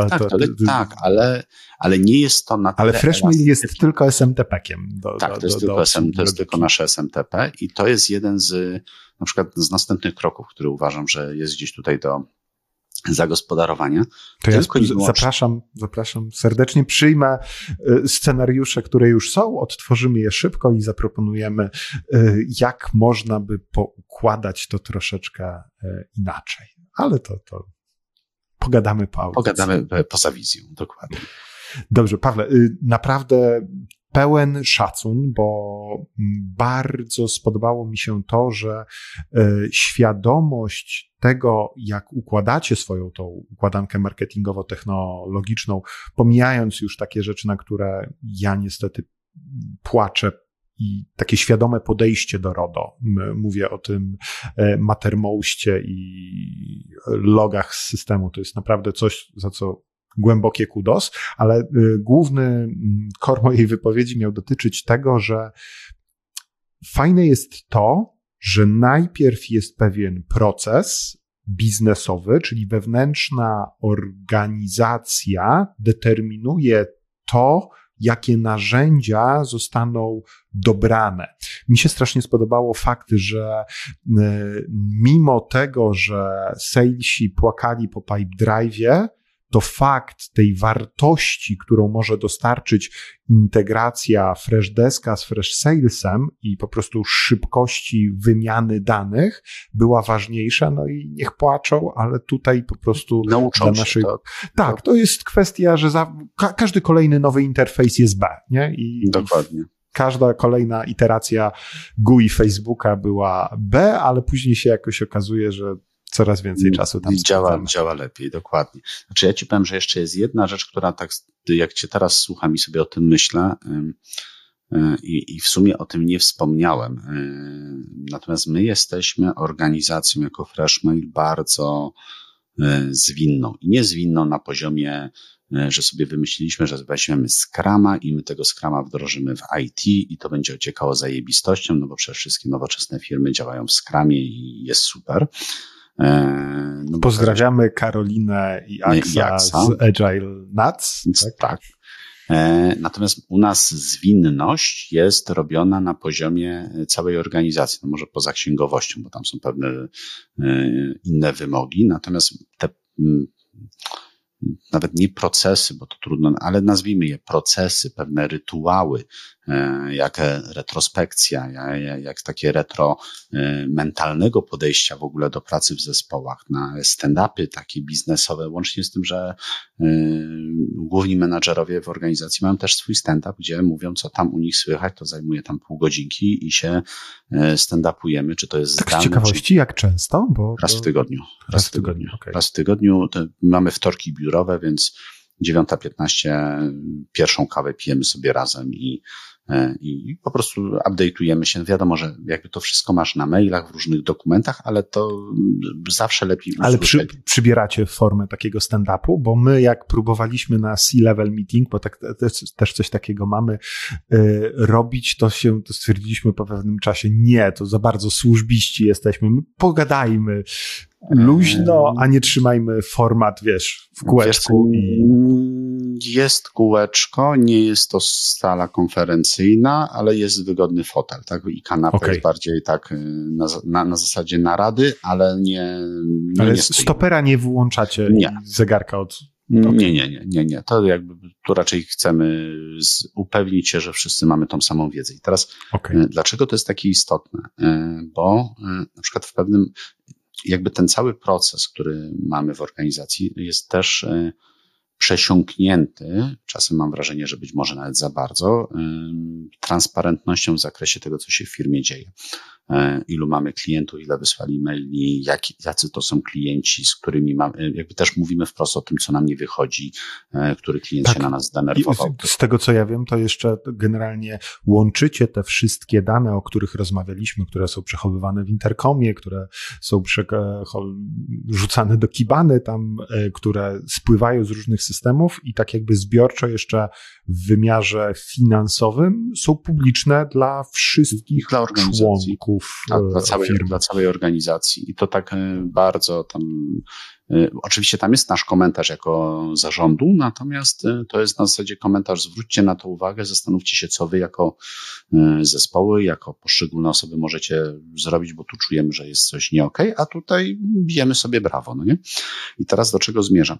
A: Ale nie jest to na tyle.
B: Ale Freshmail jest tylko SMTP-kiem.
A: To jest tylko nasze SMTP i to jest jeden z na przykład z następnych kroków, który uważam, że jest gdzieś tutaj do zagospodarowania.
B: To ja zapraszam serdecznie, przyjmę scenariusze, które już są, odtworzymy je szybko i zaproponujemy, jak można by poukładać to troszeczkę inaczej. Ale to pogadamy po audycji.
A: Pogadamy poza wizją, dokładnie.
B: Dobrze, Pawle, naprawdę pełen szacun, bo bardzo spodobało mi się to, że świadomość tego, jak układacie swoją tą układankę marketingowo-technologiczną, pomijając już takie rzeczy, na które ja niestety płaczę, i takie świadome podejście do RODO. Mówię o tym Mattermoście i logach z systemu. To jest naprawdę coś, za co głębokie kudos, ale główny core mojej wypowiedzi miał dotyczyć tego, że fajne jest to, że najpierw jest pewien proces biznesowy, czyli wewnętrzna organizacja determinuje to, jakie narzędzia zostaną dobrane. Mi się strasznie spodobało fakt, że mimo tego, że salesi płakali po Pipedrive'ie, to fakt tej wartości, którą może dostarczyć integracja Freshdeska z Freshsalesem i po prostu szybkości wymiany danych była ważniejsza, no i niech płaczą, ale tutaj po prostu
A: nauczą się naszej...
B: Tak, to jest kwestia, że każdy kolejny nowy interfejs jest B, nie?
A: Dokładnie.
B: Każda kolejna iteracja GUI Facebooka była B, ale później się jakoś okazuje, że coraz więcej czasu tam
A: działa lepiej, dokładnie. Znaczy ja ci powiem, że jeszcze jest jedna rzecz, która tak, jak cię teraz słucham i sobie o tym myślę i w sumie o tym nie wspomniałem. Natomiast my jesteśmy organizacją jako Freshmail bardzo zwinną i nie zwinną na poziomie, że sobie wymyśliliśmy, że weźmiemy Scrama i my tego Scrama wdrożymy w IT i to będzie ociekało zajebistością, no bo przecież wszystkie nowoczesne firmy działają w Scrumie i jest super.
B: No pozdrawiamy Karolinę i Aksa z Agile Nuts.
A: Tak. Natomiast u nas zwinność jest robiona na poziomie całej organizacji, no może poza księgowością, bo tam są pewne inne wymogi, natomiast te nawet nie procesy, bo to trudno, ale nazwijmy je procesy, pewne rytuały, jak retrospekcja, jak takie retro mentalnego podejścia w ogóle do pracy w zespołach, na stand-upy takie biznesowe, łącznie z tym, że główni menadżerowie w organizacji mają też swój stand-up, gdzie mówią, co tam u nich słychać, to zajmuje tam pół godzinki i się stand-upujemy, czy to jest
B: tak zdalne, z ciekawości, jak często?
A: Raz w tygodniu.
B: Raz w tygodniu, okay.
A: Raz w tygodniu. Mamy wtorki biurowe, więc 9:15 pierwszą kawę pijemy sobie razem i po prostu update'ujemy się. Wiadomo, że jakby to wszystko masz na mailach, w różnych dokumentach, ale to zawsze lepiej usłyszeć.
B: Ale przybieracie formę takiego stand-upu, bo my jak próbowaliśmy na C-level meeting, bo tak, też coś takiego mamy robić, to stwierdziliśmy po pewnym czasie, nie, to za bardzo służbiści jesteśmy, my pogadajmy. luźno, a nie trzymajmy format, w kółeczku.
A: Jest kółeczko, nie jest to sala konferencyjna, ale jest wygodny fotel, tak? I kanapa jest bardziej tak na zasadzie narady, ale nie.
B: Ale nie stopera nie wyłączacie zegarka od.
A: Nie. To jakby tu raczej chcemy upewnić się, że wszyscy mamy tą samą wiedzę. I teraz dlaczego to jest takie istotne? Bo na przykład w pewnym, jakby ten cały proces, który mamy w organizacji, jest też przesiąknięty, czasem mam wrażenie, że być może nawet za bardzo, transparentnością w zakresie tego, co się w firmie dzieje. Ilu mamy klientów, ile wysłali maili, jacy to są klienci, z którymi mamy, jakby też mówimy wprost o tym, co nam nie wychodzi, który klient się na nas zdenerwował.
B: Z tego, co ja wiem, to jeszcze generalnie łączycie te wszystkie dane, o których rozmawialiśmy, które są przechowywane w interkomie, które są rzucane do Kibany tam, które spływają z różnych systemów i tak jakby zbiorczo jeszcze w wymiarze finansowym są publiczne dla wszystkich członków
A: dla całej organizacji. I to tak bardzo tam, oczywiście tam jest nasz komentarz jako zarządu, natomiast to jest na zasadzie komentarz, zwróćcie na to uwagę, zastanówcie się, co wy jako zespoły, jako poszczególne osoby możecie zrobić, bo tu czujemy, że jest coś nie okej, a tutaj bijemy sobie brawo, no nie? I teraz do czego zmierzam?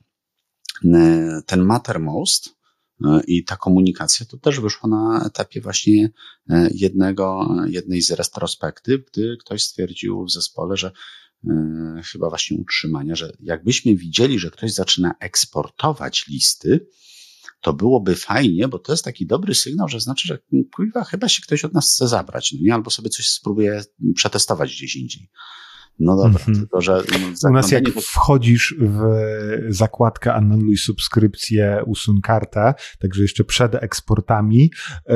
A: Ten Mattermost i ta komunikacja to też wyszło na etapie właśnie jednej z retrospektyw, gdy ktoś stwierdził w zespole, że chyba właśnie utrzymania, że jakbyśmy widzieli, że ktoś zaczyna eksportować listy, to byłoby fajnie, bo to jest taki dobry sygnał, że znaczy, że chyba się ktoś od nas chce zabrać, no nie? Albo sobie coś spróbuje przetestować gdzieś indziej. No dobra, tylko że...
B: U nas jak wchodzisz w zakładkę anuluj subskrypcję, usuń kartę, także jeszcze przed eksportami,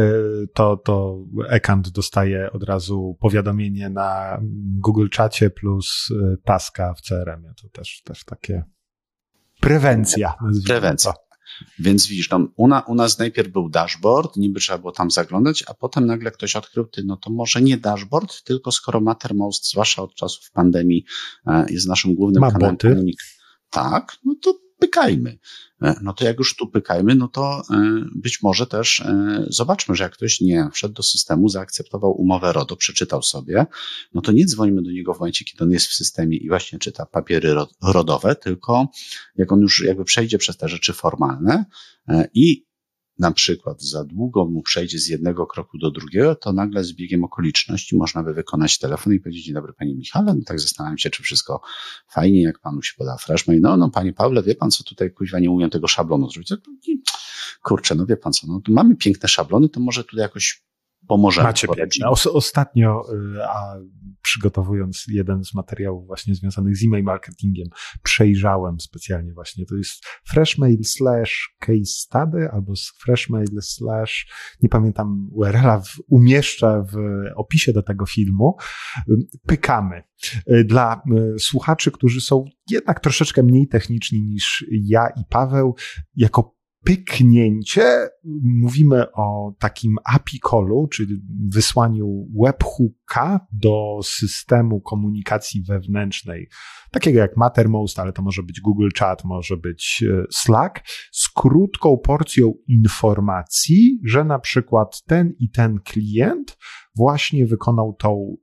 B: to Ekant dostaje od razu powiadomienie na Google Czacie plus taska w CRM-ie. To też takie prewencja.
A: Prewencja. Więc widzisz, u nas najpierw był dashboard, niby trzeba było tam zaglądać, a potem nagle ktoś odkrył, no to może nie dashboard, tylko skoro Mattermost, zwłaszcza od czasów pandemii, jest naszym głównym kanałem komunikacji. Tak, no to pykajmy. No to jak już tu pykajmy, no to być może też zobaczmy, że jak ktoś nie wszedł do systemu, zaakceptował umowę RODO, przeczytał sobie, no to nie dzwonimy do niego w momencie, kiedy on jest w systemie i właśnie czyta papiery RODowe, tylko jak on już jakby przejdzie przez te rzeczy formalne i na przykład za długo mu przejdzie z jednego kroku do drugiego, to nagle z biegiem okoliczności można by wykonać telefon i powiedzieć: dzień dobry panie Michale, no tak zastanawiam się, czy wszystko fajnie, jak panu się poda freshmail. No panie Pawle, wie pan co, tutaj kuźwa nie umiem tego szablonu zrobić. Kurczę, no wie pan co, no tu mamy piękne szablony, to może tutaj jakoś pomożemy.
B: Macie piękne. Ostatnio, przygotowując jeden z materiałów właśnie związanych z e-mail marketingiem, przejrzałem specjalnie właśnie, to jest freshmail/case study albo freshmail/ nie pamiętam URL-a, umieszczę w opisie do tego filmu. Pykamy. Dla słuchaczy, którzy są jednak troszeczkę mniej techniczni niż ja i Paweł, jako pyknięcie mówimy o takim API callu, czyli wysłaniu webhooka do systemu komunikacji wewnętrznej, takiego jak Mattermost, ale to może być Google Chat, może być Slack, z krótką porcją informacji, że na przykład ten i ten klient właśnie wykonał tą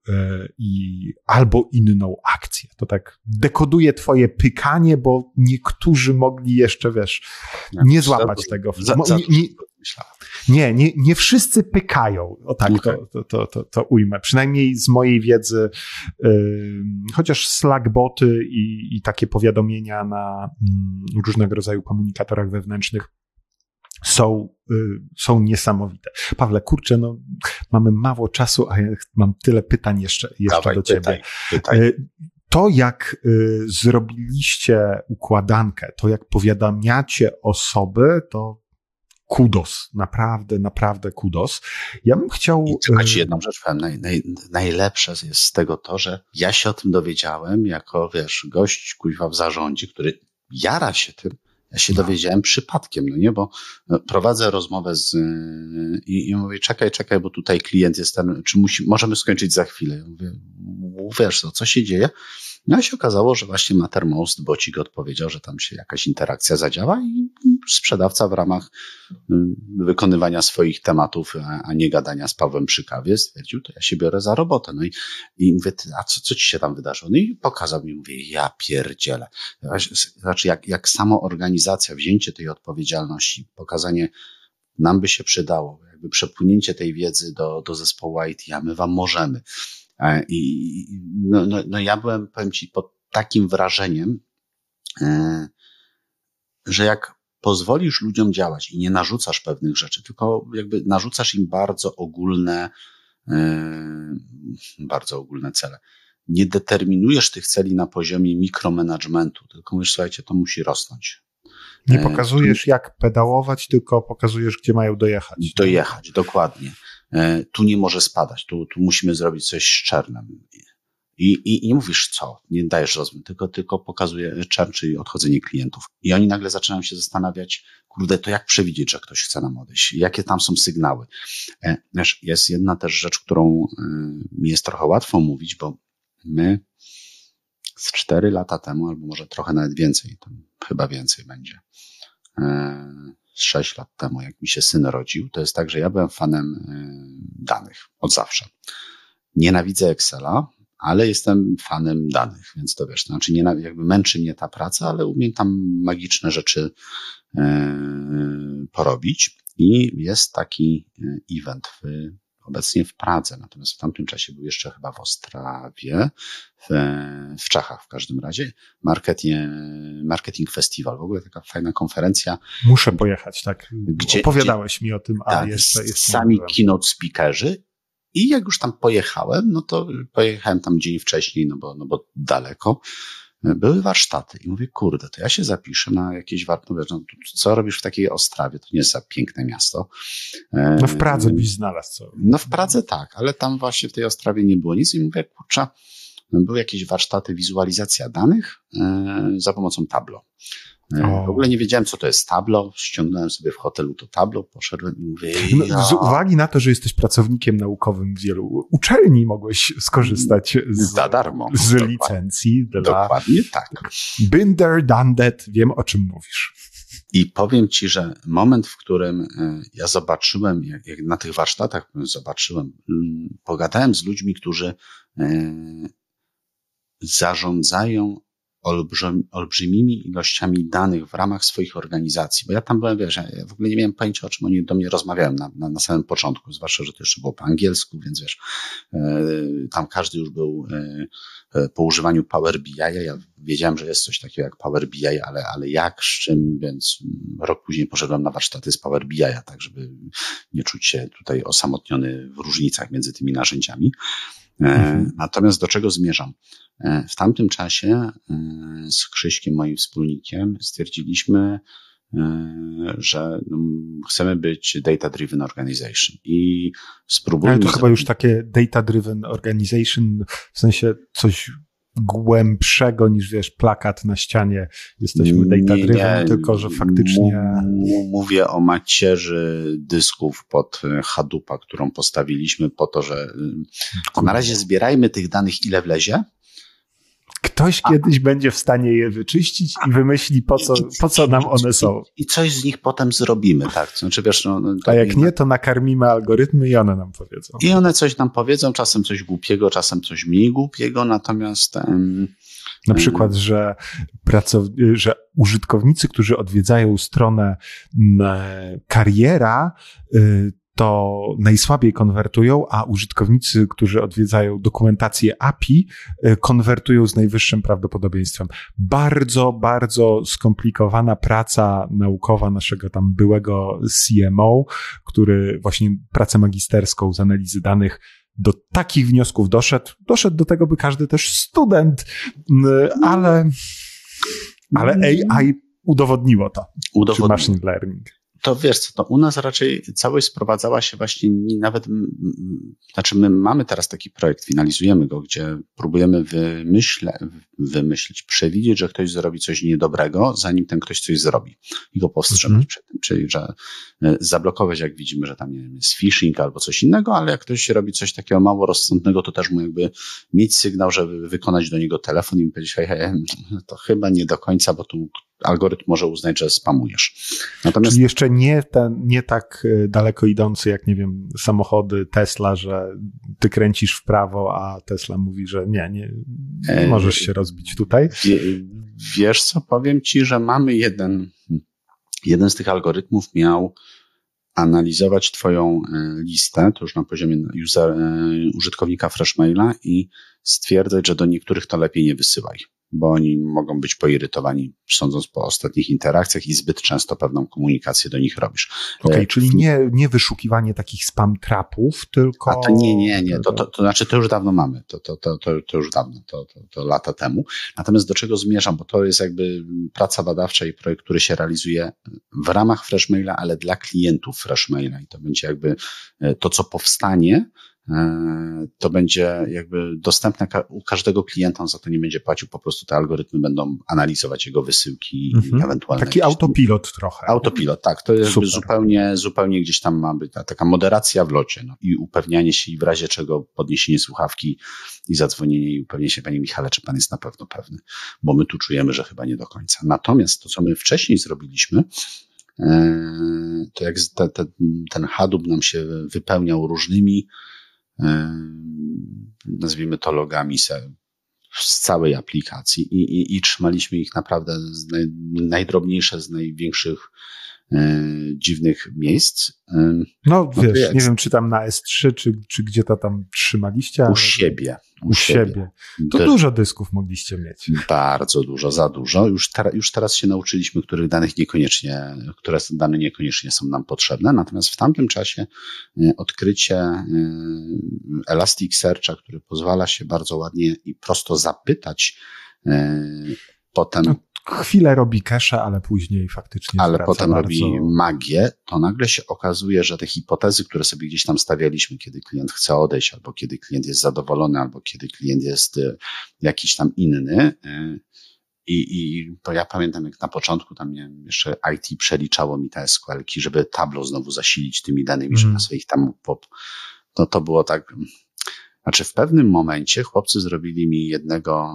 B: albo inną akcję. To tak dekoduje twoje pykanie, bo niektórzy mogli jeszcze, nie złapać tego. Nie wszyscy pykają. O tak, to ujmę. Przynajmniej z mojej wiedzy, chociaż Slack-boty i takie powiadomienia na różnego rodzaju komunikatorach wewnętrznych są niesamowite. Pawle, kurczę, mamy mało czasu, a ja mam tyle pytań jeszcze Dawaj, do ciebie. Pytaj. To, jak zrobiliście układankę, to jak powiadamiacie osoby, to kudos, naprawdę kudos. Ja bym chciał...
A: I tylko ci jedną rzecz powiem, najlepsze jest z tego to, że ja się o tym dowiedziałem jako, gość kuźwa w zarządzie, który jara się tym. Ja się dowiedziałem przypadkiem, bo prowadzę rozmowę i mówię, czekaj, bo tutaj klient jest ten, czy możemy skończyć za chwilę. Ja mówię, co się dzieje? No i się okazało, że właśnie Mattermost bocik odpowiedział, że tam się jakaś interakcja zadziała i sprzedawca w ramach wykonywania swoich tematów, a nie gadania z Pawłem przy kawie, stwierdził, to ja się biorę za robotę. No i mówię, a co ci się tam wydarzyło? No i pokazał mi, mówię, ja pierdzielę. Znaczy, jak samoorganizacja, wzięcie tej odpowiedzialności, pokazanie, nam by się przydało, jakby przepłynięcie tej wiedzy do zespołu IT, a my wam możemy. I ja byłem, powiem ci, pod takim wrażeniem, że jak pozwolisz ludziom działać i nie narzucasz pewnych rzeczy, tylko jakby narzucasz im bardzo ogólne cele. Nie determinujesz tych celi na poziomie mikromanagementu, tylko mówisz, słuchajcie, to musi rosnąć.
B: Nie pokazujesz, jak pedałować, tylko pokazujesz, gdzie mają dojechać.
A: Dojechać, dokładnie. Tu nie może spadać, tu musimy zrobić coś z czernem. I nie mówisz co, nie dajesz rozmów, tylko pokazuje czern, czyli odchodzenie klientów. I oni nagle zaczynają się zastanawiać, kurde, to jak przewidzieć, że ktoś chce nam odejść? Jakie tam są sygnały? Wiesz, jest jedna też rzecz, którą mi jest trochę łatwo mówić, bo my z 4 lata temu, albo może trochę nawet więcej, chyba więcej będzie, z 6 lat temu, jak mi się syn rodził, to jest tak, że ja byłem fanem danych od zawsze. Nienawidzę Excela, ale jestem fanem danych, więc to wiesz, to znaczy jakby męczy mnie ta praca, ale umiem tam magiczne rzeczy porobić i jest taki event obecnie w Pradze, natomiast w tamtym czasie był jeszcze chyba w Ostrawie, w Czechach w każdym razie, Marketing Festival, w ogóle taka fajna konferencja.
B: Muszę pojechać, tak? Opowiadałeś mi o tym, a jeszcze
A: sami keynote speakerzy. I jak już tam pojechałem, no to pojechałem tam dzień wcześniej, no bo daleko. Były warsztaty i mówię, kurde, to ja się zapiszę na jakieś co robisz w takiej Ostrawie? To nie jest za piękne miasto.
B: No w Pradze byś znalazł co.
A: No w Pradze tak, ale tam właśnie w tej Ostrawie nie było nic i mówię, kurczę, były jakieś warsztaty wizualizacja danych za pomocą Tableau. W ogóle nie wiedziałem, co to jest Tableau. Ściągnąłem sobie w hotelu to Tableau, poszedłem i mówię...
B: Z uwagi na to, że jesteś pracownikiem naukowym w wielu uczelni, mogłeś skorzystać
A: za darmo.
B: Z licencji.
A: Dokładnie tak.
B: Been there, done that. Wiem, o czym mówisz.
A: I powiem ci, że moment, w którym ja zobaczyłem, jak na tych warsztatach pogadałem z ludźmi, którzy zarządzają olbrzymimi ilościami danych w ramach swoich organizacji, bo ja tam byłem, wiesz, ja w ogóle nie miałem pojęcia, o czym oni do mnie rozmawiają na samym początku, zwłaszcza, że to jeszcze było po angielsku, więc wiesz, tam każdy już był po używaniu Power BI, ja wiedziałem, że jest coś takiego jak Power BI, ale jak, z czym, więc rok później poszedłem na warsztaty z Power BI, tak żeby nie czuć się tutaj osamotniony w różnicach między tymi narzędziami. Natomiast do czego zmierzam? W tamtym czasie z Krzyśkiem, moim wspólnikiem, stwierdziliśmy, że chcemy być data-driven organization i spróbujmy...
B: Ale to chyba już takie data-driven organization, w sensie coś głębszego niż, wiesz, plakat na ścianie. Jesteśmy data-driven, tylko że faktycznie...
A: Mówię o macierzy dysków pod Hadoopa, którą postawiliśmy po to, że na razie zbierajmy tych danych, ile wlezie.
B: Ktoś kiedyś będzie w stanie je wyczyścić i wymyśli, po co nam one są.
A: I coś z nich potem zrobimy, tak. Znaczy, wiesz,
B: a jak nie, to nakarmimy algorytmy i one nam powiedzą.
A: I one coś nam powiedzą, czasem coś głupiego, czasem coś mniej głupiego, natomiast...
B: Na przykład, że użytkownicy, którzy odwiedzają stronę kariera, to najsłabiej konwertują, a użytkownicy, którzy odwiedzają dokumentację API, konwertują z najwyższym prawdopodobieństwem. Bardzo, bardzo skomplikowana praca naukowa naszego tam byłego CMO, który właśnie pracę magisterską z analizy danych do takich wniosków doszedł. Doszedł do tego, by każdy też student, ale AI udowodniło to. Czy machine learning.
A: To wiesz co, to u nas raczej całość sprowadzała się właśnie nawet, znaczy my mamy teraz taki projekt, finalizujemy go, gdzie próbujemy wymyślić, przewidzieć, że ktoś zrobi coś niedobrego, zanim ten ktoś coś zrobi i go powstrzymać przed tym, czyli że zablokować, jak widzimy, że tam nie wiem, jest phishing albo coś innego, ale jak ktoś robi coś takiego mało rozsądnego, to też mu jakby mieć sygnał, żeby wykonać do niego telefon i mu powiedzieć, hej, to chyba nie do końca, bo tu algorytm może uznać, że spamujesz. Natomiast
B: czyli jeszcze nie tak daleko idący, jak nie wiem, samochody Tesla, że ty kręcisz w prawo, a Tesla mówi, że nie możesz się rozbić tutaj.
A: Wiesz co, powiem ci, że mamy jeden z tych algorytmów miał analizować twoją listę, to już na poziomie użytkownika Freshmaila i stwierdzać, że do niektórych to lepiej nie wysyłaj, bo oni mogą być poirytowani, sądząc po ostatnich interakcjach i zbyt często pewną komunikację do nich robisz.
B: Okej, czyli nie wyszukiwanie takich spam trapów, tylko...
A: A to nie. To znaczy, to już dawno mamy. To już dawno, to lata temu. Natomiast do czego zmierzam, bo to jest jakby praca badawcza i projekt, który się realizuje w ramach Freshmaila, ale dla klientów Freshmaila i to będzie jakby to, co powstanie, to będzie jakby dostępne u każdego klienta, on za to nie będzie płacił, po prostu te algorytmy będą analizować jego wysyłki i ewentualnie...
B: Taki autopilot trochę.
A: Autopilot, tak. To jest zupełnie gdzieś tam ma być taka moderacja w locie i upewnianie się i w razie czego podniesienie słuchawki i zadzwonienie i upewnienie się, panie Michale, czy pan jest na pewno pewny, bo my tu czujemy, że chyba nie do końca. Natomiast to, co my wcześniej zrobiliśmy, to jak ten Hadoop nam się wypełniał różnymi nazwijmy to logami z całej aplikacji i trzymaliśmy ich naprawdę najdrobniejsze z największych dziwnych miejsc.
B: No wiesz, nie wiem, czy tam na S3, czy gdzie to tam trzymaliście.
A: U siebie.
B: To dużo dysków mogliście mieć.
A: Bardzo dużo, za dużo. Już teraz się nauczyliśmy, które dane niekoniecznie są nam potrzebne. Natomiast w tamtym czasie odkrycie Elasticsearcha, który pozwala się bardzo ładnie i prosto zapytać potem...
B: No, chwilę robi cache'a, ale później faktycznie
A: ale potem robi magię, to nagle się okazuje, że te hipotezy, które sobie gdzieś tam stawialiśmy, kiedy klient chce odejść, albo kiedy klient jest zadowolony, albo kiedy klient jest jakiś tam inny. Bo ja pamiętam, jak na początku tam jeszcze IT przeliczało mi te SQL-ki, żeby Tableau znowu zasilić tymi danymi, żeby na swoich tam to było tak. Znaczy w pewnym momencie chłopcy zrobili mi jednego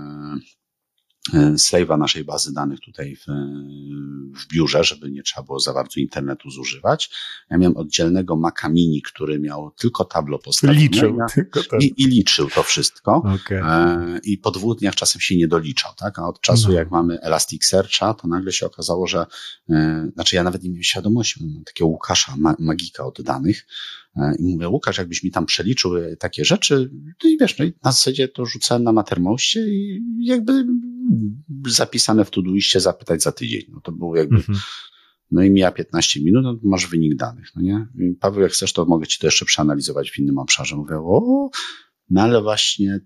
A: save'a naszej bazy danych tutaj w biurze, żeby nie trzeba było za bardzo internetu zużywać. Ja miałem oddzielnego Maca Mini, który miał tylko Tableau postawione. I liczył to wszystko.
B: Okay.
A: I po 2 dniach czasem się nie doliczał, tak? A od czasu, jak mamy Elasticsearcha, to nagle się okazało, że znaczy ja nawet nie miałem świadomości, mam takiego Łukasza, magika od danych, i mówię, Łukasz, jakbyś mi tam przeliczył takie rzeczy, i wiesz, no i na zasadzie to rzucałem na Mattermoście i jakby zapisane w Todoiście zapytać za tydzień. No to było jakby, no i mija 15 minut, no masz wynik danych, no nie? I Paweł, jak chcesz, to mogę ci to jeszcze przeanalizować w innym obszarze. Mówię, no ale właśnie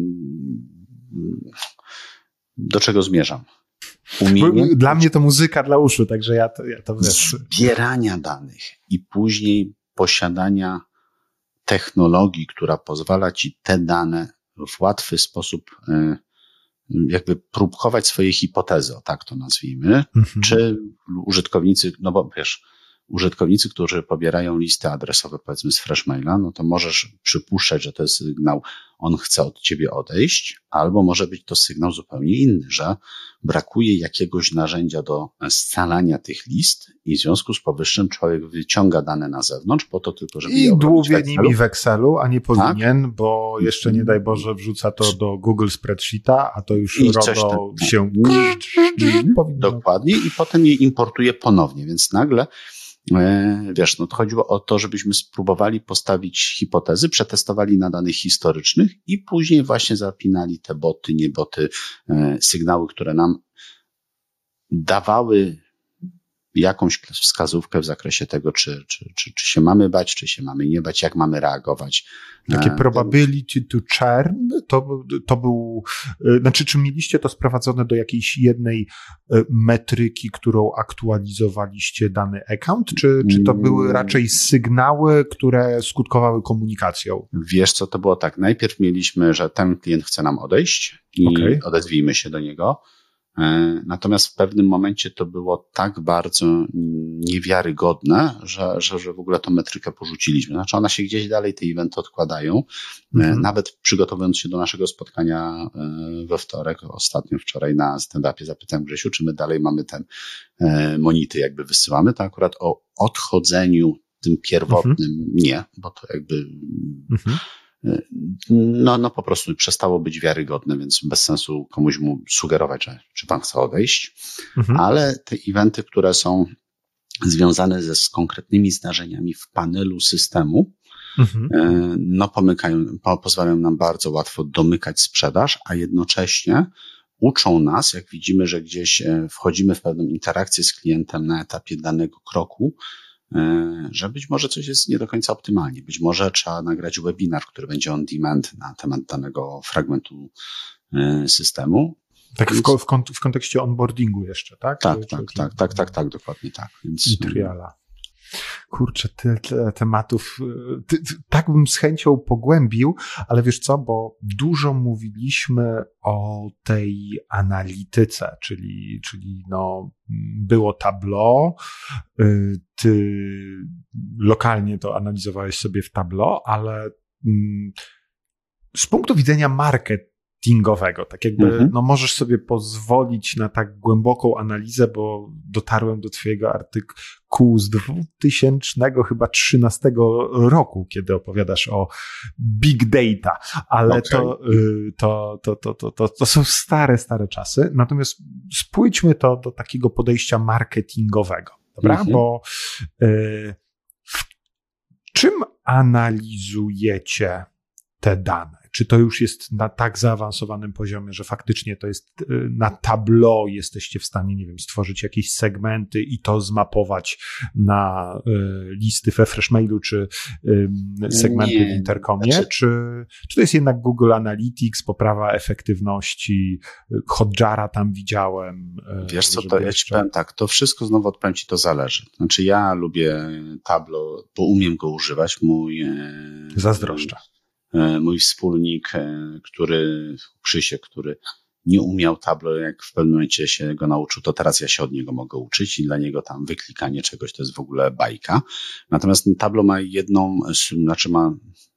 A: do czego zmierzam?
B: Dla mnie to muzyka dla uszu, także ja to wiesz.
A: Zbierania danych i później posiadania technologii, która pozwala ci te dane w łatwy sposób jakby próbkować swoje hipotezy, o tak to nazwijmy, czy użytkownicy, no bo wiesz, użytkownicy, którzy pobierają listy adresowe, powiedzmy z Freshmaila, no to możesz przypuszczać, że to jest sygnał, on chce od ciebie odejść, albo może być to sygnał zupełnie inny, że brakuje jakiegoś narzędzia do scalania tych list i w związku z powyższym człowiek wyciąga dane na zewnątrz po to tylko, żeby je
B: dłubie nimi w Excelu, a nie powinien, tak? Bo jeszcze nie daj Boże wrzuca to do Google Spreadsheeta, a to już RODO się...
A: Dokładnie i potem je importuje ponownie, więc nagle wiesz, no to chodziło o to, żebyśmy spróbowali postawić hipotezy, przetestowali na danych historycznych i później właśnie zapinali te boty, nie boty, sygnały, które nam dawały jakąś wskazówkę w zakresie tego, czy się mamy bać, czy się mamy nie bać, jak mamy reagować.
B: Takie probability to churn, to był, znaczy, czy mieliście to sprowadzone do jakiejś jednej metryki, którą aktualizowaliście dany account, czy to były raczej sygnały, które skutkowały komunikacją?
A: Wiesz co, to było tak, najpierw mieliśmy, że ten klient chce nam odejść i odezwijmy się do niego. Natomiast w pewnym momencie to było tak bardzo niewiarygodne, że w ogóle tą metrykę porzuciliśmy. Znaczy one się gdzieś dalej, te eventy odkładają. Nawet przygotowując się do naszego spotkania we wtorek, ostatnio wczoraj na stand-upie zapytałem Grzesiu, czy my dalej mamy ten monity jakby wysyłamy, to akurat o odchodzeniu tym pierwotnym nie, bo to jakby no po prostu przestało być wiarygodne, więc bez sensu komuś mu sugerować, że czy pan chce odejść, ale te eventy, które są związane z konkretnymi zdarzeniami w panelu systemu, no pozwalają nam bardzo łatwo domykać sprzedaż, a jednocześnie uczą nas, jak widzimy, że gdzieś wchodzimy w pewną interakcję z klientem na etapie danego kroku, że być może coś jest nie do końca optymalnie. Być może trzeba nagrać webinar, który będzie on demand na temat danego fragmentu systemu.
B: Tak w kontekście onboardingu jeszcze, tak?
A: Tak, dokładnie tak. Więc
B: triala. Kurczę, tyle tematów. Tak bym z chęcią pogłębił, ale wiesz co, bo dużo mówiliśmy o tej analityce, czyli no, było Tableau, ty lokalnie to analizowałeś sobie w Tableau, ale z punktu widzenia marketingowego, tak jakby no możesz sobie pozwolić na tak głęboką analizę, bo dotarłem do twojego artykułu z 2013 roku, kiedy opowiadasz o big data, ale to są stare czasy. Natomiast spójrzmy to do takiego podejścia marketingowego, dobra? Bo w czym analizujecie te dane? Czy to już jest na tak zaawansowanym poziomie, że faktycznie to jest na Tableau jesteście w stanie, nie wiem, stworzyć jakieś segmenty i to zmapować na listy we Freshmailu, czy segmenty w Intercomie? Znaczy... Czy to jest jednak Google Analytics, poprawa efektywności, Hotjara tam widziałem?
A: Wiesz co, to ja ci powiem tak, to wszystko znowu odpowiem ci, to zależy. Znaczy ja lubię Tableau, bo umiem go używać.
B: Zazdroszczę.
A: Mój wspólnik, Krzysiek, który nie umiał Tableau, jak w pewnym momencie się go nauczył, to teraz ja się od niego mogę uczyć i dla niego tam wyklikanie czegoś to jest w ogóle bajka. Natomiast Tableau ma ma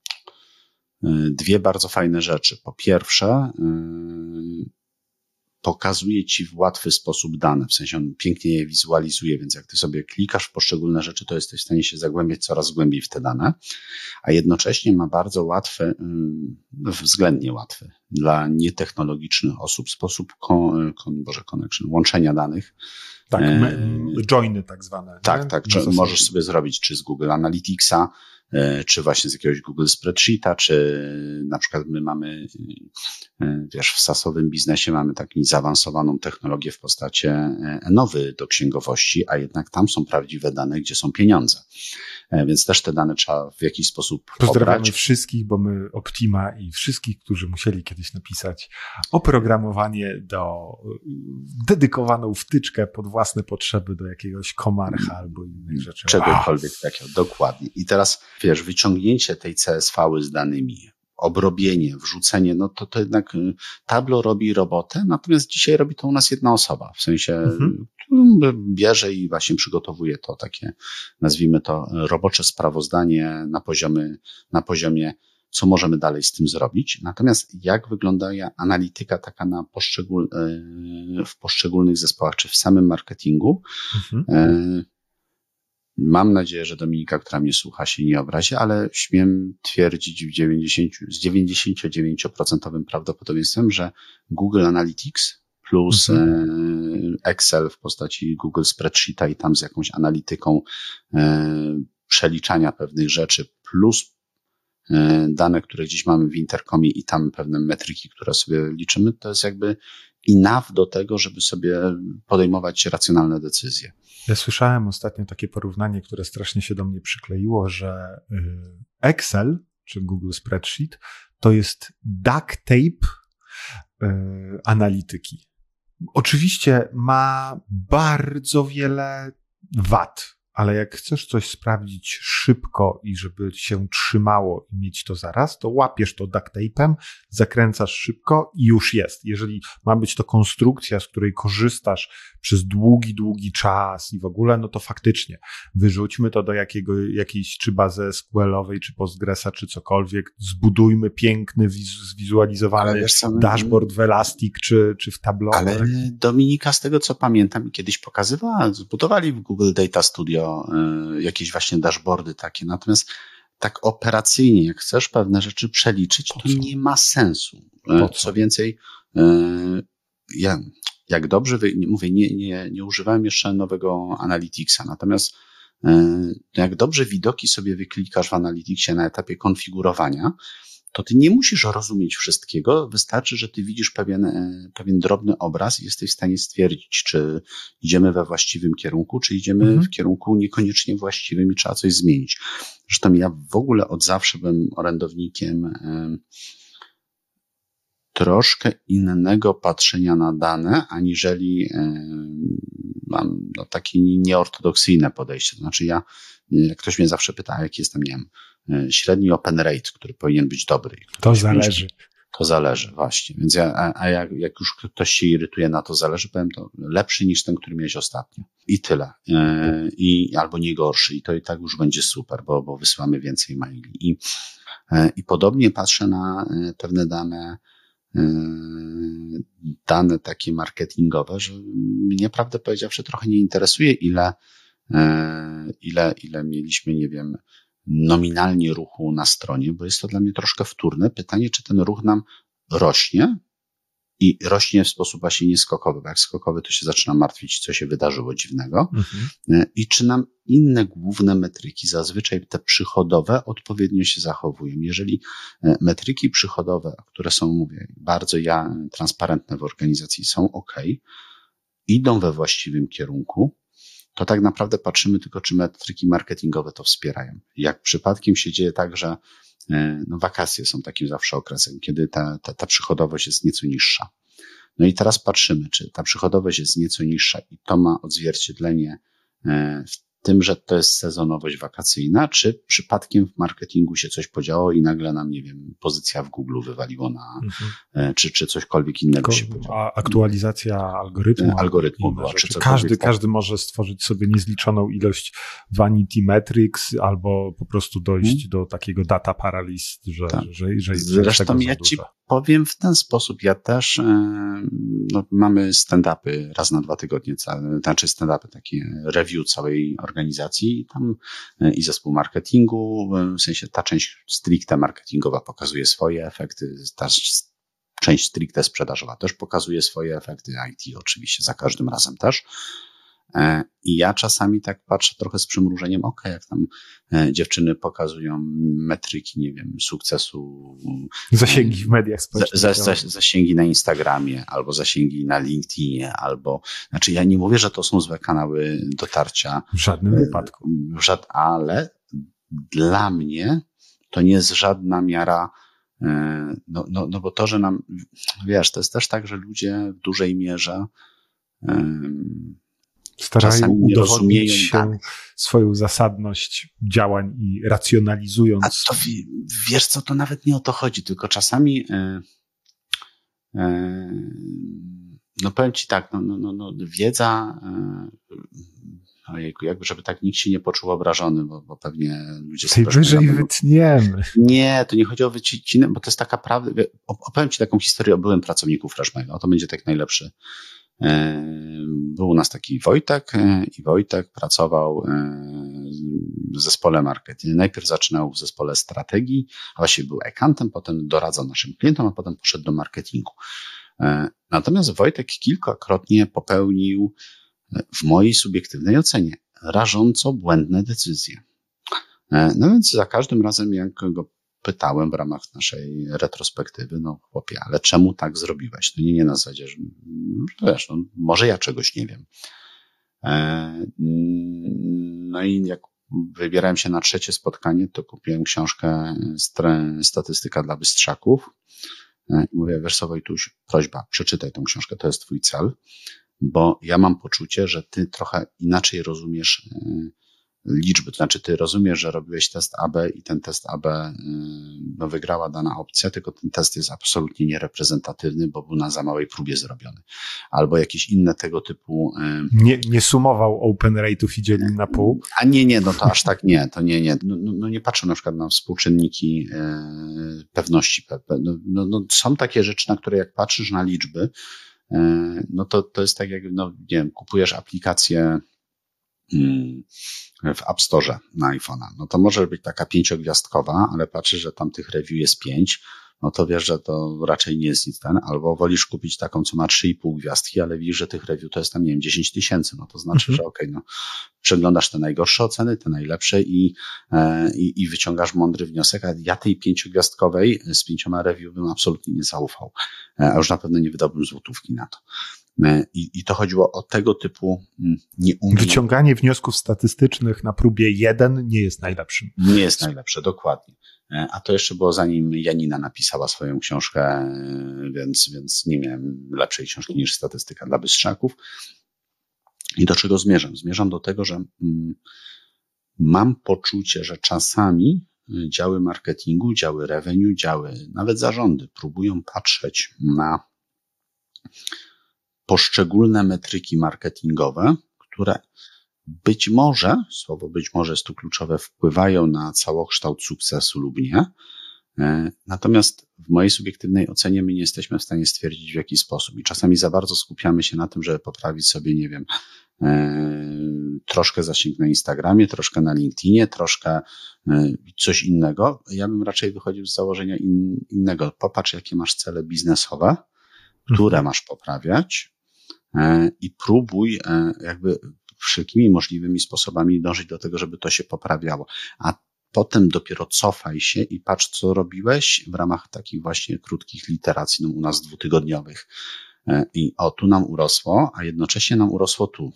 A: dwie bardzo fajne rzeczy. Po pierwsze, pokazuje ci w łatwy sposób dane, w sensie on pięknie je wizualizuje, więc jak ty sobie klikasz w poszczególne rzeczy, to jesteś w stanie się zagłębiać coraz głębiej w te dane, a jednocześnie ma bardzo łatwy, względnie łatwy dla nietechnologicznych osób sposób łączenia danych.
B: Tak, joiny tak zwane.
A: Tak, możesz sobie zrobić czy z Google Analyticsa, czy właśnie z jakiegoś Google Spreadsheeta, czy na przykład my mamy, wiesz, w SaaS-owym biznesie mamy taką zaawansowaną technologię w postaci Enowy do księgowości, a jednak tam są prawdziwe dane, gdzie są pieniądze. Więc też te dane trzeba w jakiś sposób
B: Pozdrawiamy
A: pobrać.
B: wszystkich, bo my Optima i wszystkich, którzy musieli kiedyś napisać oprogramowanie dedykowaną wtyczkę pod własne potrzeby do jakiegoś Komarcha albo innych rzeczy.
A: Czegokolwiek takiego, dokładnie. I teraz, wiesz, wyciągnięcie tej CSV-y z danymi, obrobienie, wrzucenie, no to jednak Tableau robi robotę, natomiast dzisiaj robi to u nas jedna osoba, w sensie bierze i właśnie przygotowuje to takie, nazwijmy to, robocze sprawozdanie na poziomie, co możemy dalej z tym zrobić. Natomiast jak wygląda analityka taka w poszczególnych zespołach, czy w samym marketingu, mam nadzieję, że Dominika, która mnie słucha, się nie obrazi, ale śmiem twierdzić z 99% prawdopodobieństwem, że Google Analytics plus Excel w postaci Google Spreadsheeta i tam z jakąś analityką przeliczania pewnych rzeczy plus dane, które gdzieś mamy w Intercomie i tam pewne metryki, które sobie liczymy, to jest jakby enough do tego, żeby sobie podejmować racjonalne decyzje.
B: Ja słyszałem ostatnio takie porównanie, które strasznie się do mnie przykleiło, że Excel czy Google Spreadsheet to jest duct tape analityki. Oczywiście ma bardzo wiele wad, ale jak chcesz coś sprawdzić szybko i żeby się trzymało i mieć to zaraz, to łapiesz to duct tape'em, zakręcasz szybko i już jest. Jeżeli ma być to konstrukcja, z której korzystasz przez długi czas i w ogóle, no to faktycznie wyrzućmy to do jakiejś czy bazy SQL-owej, czy Postgresa, czy cokolwiek, zbudujmy piękny, zwizualizowany dashboard w Elastic, czy w Tableau.
A: Ale tak? Dominika, z tego co pamiętam, kiedyś pokazywała, zbudowali w Google Data Studio jakieś właśnie dashboardy takie, natomiast tak operacyjnie, jak chcesz pewne rzeczy przeliczyć, to nie ma sensu. Co więcej, ja jak dobrze, mówię, nie używałem jeszcze nowego Analyticsa, natomiast jak dobrze widoki sobie wyklikasz w Analyticsie na etapie konfigurowania, to ty nie musisz rozumieć wszystkiego, wystarczy, że ty widzisz pewien drobny obraz i jesteś w stanie stwierdzić, czy idziemy we właściwym kierunku, czy idziemy w kierunku niekoniecznie właściwym i trzeba coś zmienić. Zresztą ja w ogóle od zawsze byłem orędownikiem troszkę innego patrzenia na dane, aniżeli mam takie nieortodoksyjne podejście. To znaczy jak ktoś mnie zawsze pyta, jaki jestem, nie wiem, średni open rate, który powinien być dobry.
B: To zależy.
A: To zależy, właśnie. Więc jak już ktoś się irytuje na to zależy, powiem to lepszy niż ten, który miałeś ostatnio. I tyle. Albo nie gorszy. I to i tak już będzie super, bo wysyłamy więcej maili. I podobnie patrzę na pewne dane takie marketingowe, że mnie, prawdę powiedziawszy, trochę nie interesuje, ile mieliśmy, nie wiem, nominalnie ruchu na stronie, bo jest to dla mnie troszkę wtórne. Pytanie, czy ten ruch nam rośnie i rośnie w sposób właśnie nieskokowy, bo jak skokowy, to się zaczyna martwić, co się wydarzyło dziwnego. I czy nam inne główne metryki, zazwyczaj te przychodowe, odpowiednio się zachowują. Jeżeli metryki przychodowe, które są, mówię, bardzo transparentne w organizacji, są OK, idą we właściwym kierunku, to tak naprawdę patrzymy tylko, czy metryki marketingowe to wspierają. Jak przypadkiem się dzieje tak, że wakacje są takim zawsze okresem, kiedy ta przychodowość jest nieco niższa. No i teraz patrzymy, czy ta przychodowość jest nieco niższa i to ma odzwierciedlenie w tym, że to jest sezonowość wakacyjna, czy przypadkiem w marketingu się coś podziało i nagle nam, nie wiem, pozycja w Google wywaliło czy cośkolwiek innego się podziało.
B: A aktualizacja algorytmu
A: była, czy
B: każdy może stworzyć sobie niezliczoną ilość vanity metrics albo po prostu dojść do takiego data paralysis, że
A: zresztą ja ci powiem w ten sposób, ja też mamy stand-upy raz na 2 tygodnie, znaczy stand-upy, takie review całej organizacji, tam i zespół marketingu, w sensie ta część stricte marketingowa pokazuje swoje efekty, ta część stricte sprzedażowa też pokazuje swoje efekty, IT oczywiście za każdym razem też. I ja czasami tak patrzę trochę z przymrużeniem oka, jak tam dziewczyny pokazują metryki, nie wiem, sukcesu.
B: Zasięgi w mediach społecznościowych.
A: Zasięgi na Instagramie, albo zasięgi na LinkedInie, znaczy ja nie mówię, że to są złe kanały dotarcia.
B: W żadnym wypadku.
A: Ale dla mnie to nie jest żadna miara, no bo to, że nam, wiesz, to jest też tak, że ludzie w dużej mierze
B: starają udowodnić się swoją zasadność działań i racjonalizując.
A: A to wiesz co, to nawet nie o to chodzi, tylko czasami powiem ci tak, wiedza, ojejku, jakby żeby tak nikt się nie poczuł obrażony, bo pewnie ludzie
B: sobie wyżej wytniemy.
A: Nie, to nie chodzi o wycinę, bo to jest taka prawda. Opowiem ci taką historię o byłym pracowniku Freshmaila. To będzie tak najlepszy. Był u nas taki Wojtek i Wojtek pracował w zespole marketingu. Najpierw zaczynał w zespole strategii, a właściwie był accountentem, potem doradzał naszym klientom, a potem poszedł do marketingu. Natomiast Wojtek kilkakrotnie popełnił, w mojej subiektywnej ocenie, rażąco błędne decyzje. No więc za każdym razem, jak go pytałem w ramach naszej retrospektywy, no chłopie, ale czemu tak zrobiłeś? No nie na zasadzie, że wiesz, no, może ja czegoś nie wiem. No i jak wybierałem się na trzecie spotkanie, to kupiłem książkę Statystyka dla bystrzaków. I mówię, wiesz co, Wojtuś, prośba, przeczytaj tą książkę, to jest twój cel, bo ja mam poczucie, że ty trochę inaczej rozumiesz liczby, to znaczy ty rozumiesz, że robiłeś test AB i ten test AB no, wygrała dana opcja, tylko ten test jest absolutnie niereprezentatywny, bo był na za małej próbie zrobiony. Albo jakieś inne tego typu...
B: Nie sumował open rate'ów i dzielił na pół?
A: A nie, no to aż tak nie, to nie. No nie patrzę na przykład na współczynniki pewności. No, są takie rzeczy, na które jak patrzysz na liczby, no to jest tak jak, no nie wiem, kupujesz aplikację w App Store na iPhone'a. No to może być taka 5-gwiazdkowa, ale patrzysz, że tam tych review jest 5, no to wiesz, że to raczej nie jest nic ten, albo wolisz kupić taką, co ma 3,5 gwiazdki, ale widzisz, że tych review to jest tam, nie wiem, 10 000, no to znaczy, że okej, no przeglądasz te najgorsze oceny, te najlepsze i wyciągasz mądry wniosek, a ja tej 5-gwiazdkowej z 5 review bym absolutnie nie zaufał, a już na pewno nie wydałbym złotówki na to. I to chodziło o tego typu nieumiejętność.
B: Wyciąganie wniosków statystycznych na próbie 1 nie jest najlepszym.
A: Nie jest najlepsze, dokładnie. A to jeszcze było zanim Janina napisała swoją książkę, więc nie miałem lepszej książki niż Statystyka dla bystrzaków. I do czego zmierzam? Zmierzam do tego, że mam poczucie, że czasami działy marketingu, działy revenue, działy, nawet zarządy próbują patrzeć na poszczególne metryki marketingowe, które być może, słowo być może jest tu kluczowe, wpływają na całokształt sukcesu lub nie. Natomiast w mojej subiektywnej ocenie my nie jesteśmy w stanie stwierdzić, w jaki sposób. I czasami za bardzo skupiamy się na tym, żeby poprawić sobie, nie wiem, troszkę zasięg na Instagramie, troszkę na LinkedInie, troszkę coś innego. Ja bym raczej wychodził z założenia innego. Popatrz, jakie masz cele biznesowe, które masz poprawiać i próbuj jakby wszelkimi możliwymi sposobami dążyć do tego, żeby to się poprawiało. A potem dopiero cofaj się i patrz, co robiłeś w ramach takich właśnie krótkich literacji, no u nas 2-tygodniowych. I tu nam urosło, a jednocześnie nam urosło tu.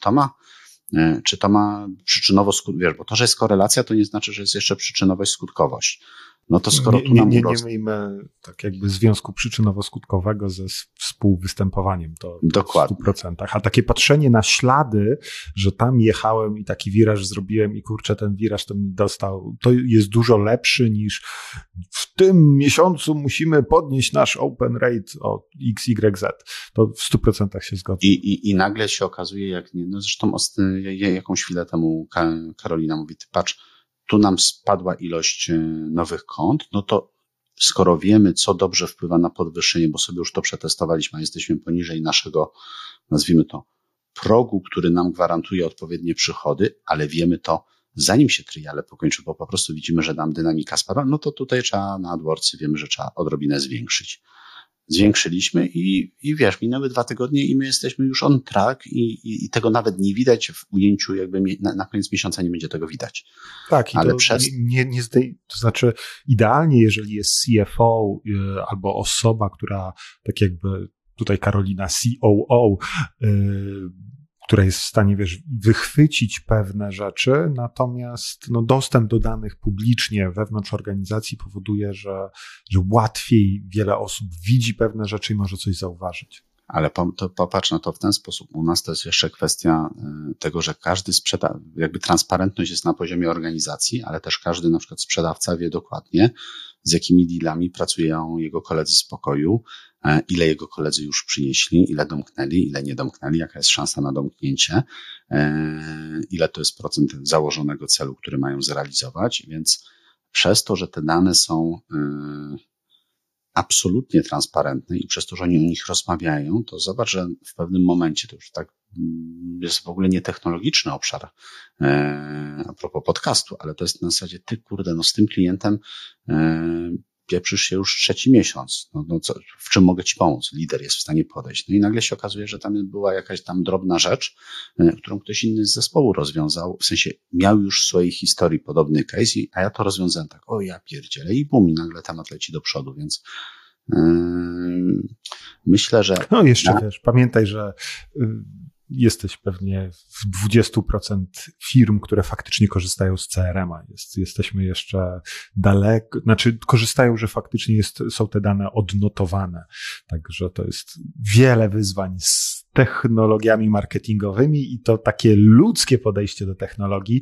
A: Czy to ma przyczynowo-skutkowość? Wiesz, bo to, że jest korelacja, to nie znaczy, że jest jeszcze przyczynowość-skutkowość. No to skoro tu nam urosło...
B: Nie miejmy tak jakby związku przyczynowo-skutkowego ze współwystępowaniem, to
A: dokładnie.
B: W 100%. A takie patrzenie na ślady, że tam jechałem i taki wiraż zrobiłem i kurczę, ten wiraż to mi dostał, to jest dużo lepszy niż w tym miesiącu musimy podnieść nasz open rate o XYZ. To w 100% się zgodzę.
A: I nagle się okazuje, jak nie, no zresztą jakąś chwilę temu Karolina mówi, ty patrz, tu nam spadła ilość nowych kont, no to skoro wiemy, co dobrze wpływa na podwyższenie, bo sobie już to przetestowaliśmy, a jesteśmy poniżej naszego, nazwijmy to, progu, który nam gwarantuje odpowiednie przychody, ale wiemy to, zanim się triale pokończy, bo po prostu widzimy, że nam dynamika spadła, no to tutaj trzeba na AdWordsy, wiemy, że trzeba odrobinę zwiększyć. Zwiększyliśmy i wiesz, minęły 2 tygodnie i my jesteśmy już on track i tego nawet nie widać w ujęciu, jakby na koniec miesiąca nie będzie tego widać.
B: Tak, i ale to to znaczy idealnie, jeżeli jest CFO albo osoba, która tak jakby tutaj Karolina COO, która jest w stanie, wiesz, wychwycić pewne rzeczy, natomiast no, dostęp do danych publicznie wewnątrz organizacji powoduje, że łatwiej wiele osób widzi pewne rzeczy i może coś zauważyć.
A: Ale popatrz na to w ten sposób. U nas to jest jeszcze kwestia tego, że każdy jakby transparentność jest na poziomie organizacji, ale też każdy na przykład sprzedawca wie dokładnie, z jakimi dealami pracują jego koledzy z pokoju, ile jego koledzy już przynieśli, ile domknęli, ile nie domknęli, jaka jest szansa na domknięcie, ile to jest procent założonego celu, który mają zrealizować, więc przez to, że te dane są absolutnie transparentne i przez to, że oni o nich rozmawiają, to zobacz, że w pewnym momencie, to już tak jest w ogóle nietechnologiczny obszar a propos podcastu, ale to jest na zasadzie, ty kurde, no z tym klientem pieprzysz się już 3. miesiąc. No co, w czym mogę ci pomóc? Lider jest w stanie podejść. No i nagle się okazuje, że tam była jakaś tam drobna rzecz, którą ktoś inny z zespołu rozwiązał. W sensie miał już w swojej historii podobny case, a ja to rozwiązałem tak, o ja pierdzielę i bum, i nagle temat leci do przodu, więc myślę, że...
B: No jeszcze wiesz, pamiętaj, że jesteś pewnie w 20% firm, które faktycznie korzystają z CRM-a. Jesteśmy jeszcze daleko, znaczy korzystają, że faktycznie są te dane odnotowane. Także to jest wiele wyzwań z technologiami marketingowymi i to takie ludzkie podejście do technologii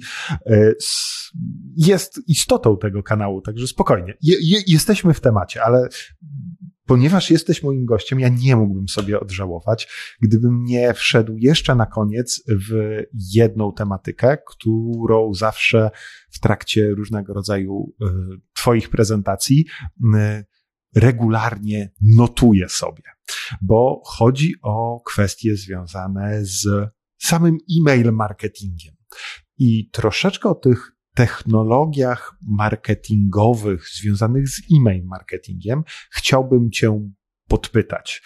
B: jest istotą tego kanału. Także spokojnie. Jesteśmy w temacie, ale ponieważ jesteś moim gościem, ja nie mógłbym sobie odżałować, gdybym nie wszedł jeszcze na koniec w jedną tematykę, którą zawsze w trakcie różnego rodzaju twoich prezentacji regularnie notuję sobie, bo chodzi o kwestie związane z samym e-mail marketingiem. I troszeczkę o tych technologiach marketingowych związanych z e-mail marketingiem chciałbym cię podpytać.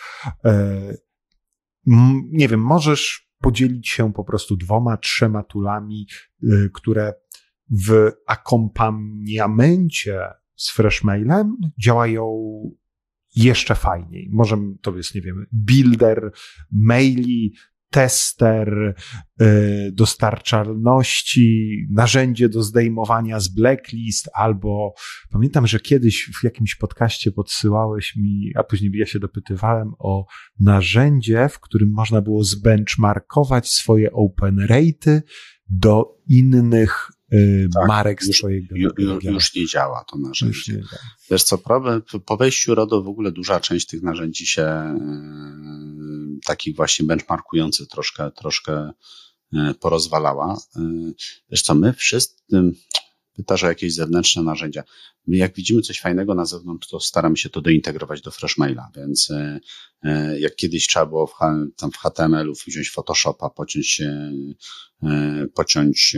B: Nie wiem, możesz podzielić się po prostu 2-3 toolami, które w akompaniamencie z Freshmailem działają jeszcze fajniej. Może to jest, nie wiem, builder maili, tester, dostarczalności, narzędzie do zdejmowania z blacklist, albo pamiętam, że kiedyś w jakimś podcaście podsyłałeś mi, a później ja się dopytywałem o narzędzie, w którym można było zbenchmarkować swoje open rate'y do innych marek z twojego.
A: Już nie działa to narzędzie. Wiesz co, po wejściu RODO w ogóle duża część tych narzędzi się takich właśnie benchmarkujących troszkę porozwalała. Wiesz co, my wszyscy, pytasz o jakieś zewnętrzne narzędzia. My jak widzimy coś fajnego na zewnątrz, to staramy się to dointegrować do Freshmaila, więc jak kiedyś trzeba było tam w HTML-u wziąć Photoshopa, pociąć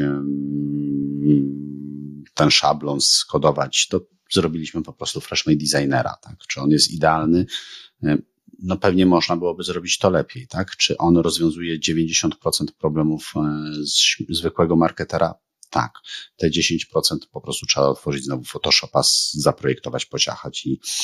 A: ten szablon, skodować, to zrobiliśmy po prostu Freshmail Designera, tak? Czy on jest idealny? No pewnie można byłoby zrobić to lepiej, tak? Czy on rozwiązuje 90% problemów zwykłego marketera? Tak. Te 10% po prostu trzeba otworzyć znowu Photoshopa, zaprojektować, pociachać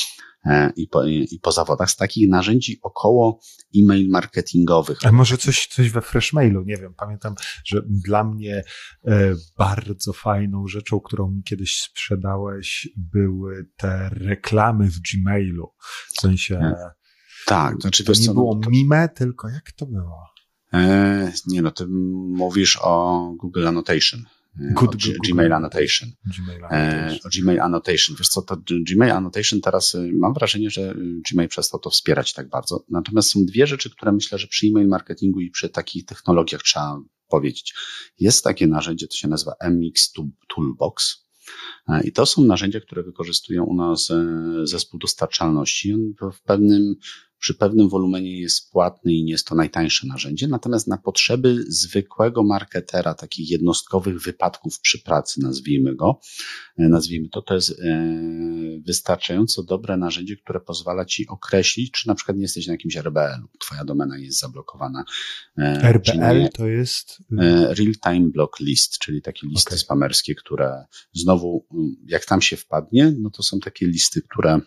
A: i po zawodach z takich narzędzi około e-mail marketingowych.
B: A może coś we Freshmailu, nie wiem. Pamiętam, że dla mnie bardzo fajną rzeczą, którą mi kiedyś sprzedałeś, były te reklamy w Gmailu. W sensie...
A: Tak, znaczy
B: to nie było mime, tylko jak to było?
A: Nie, no ty mówisz o Google Annotation. Gmail Annotation. O Gmail Annotation. Wiesz co, to Gmail Annotation teraz mam wrażenie, że Gmail przestał to wspierać tak bardzo. Natomiast są dwie rzeczy, które myślę, że przy e-mail marketingu i przy takich technologiach trzeba powiedzieć. Jest takie narzędzie, to się nazywa MX Toolbox. I to są narzędzia, które wykorzystują u nas zespół dostarczalności. On przy pewnym wolumenie jest płatny i nie jest to najtańsze narzędzie, natomiast na potrzeby zwykłego marketera, takich jednostkowych wypadków przy pracy, nazwijmy to jest wystarczająco dobre narzędzie, które pozwala ci określić, czy na przykład nie jesteś na jakimś RBL-u, twoja domena jest zablokowana.
B: RBL to jest?
A: Real Time Block List, czyli takie listy spamerskie, które znowu, jak tam się wpadnie, no to są takie listy, które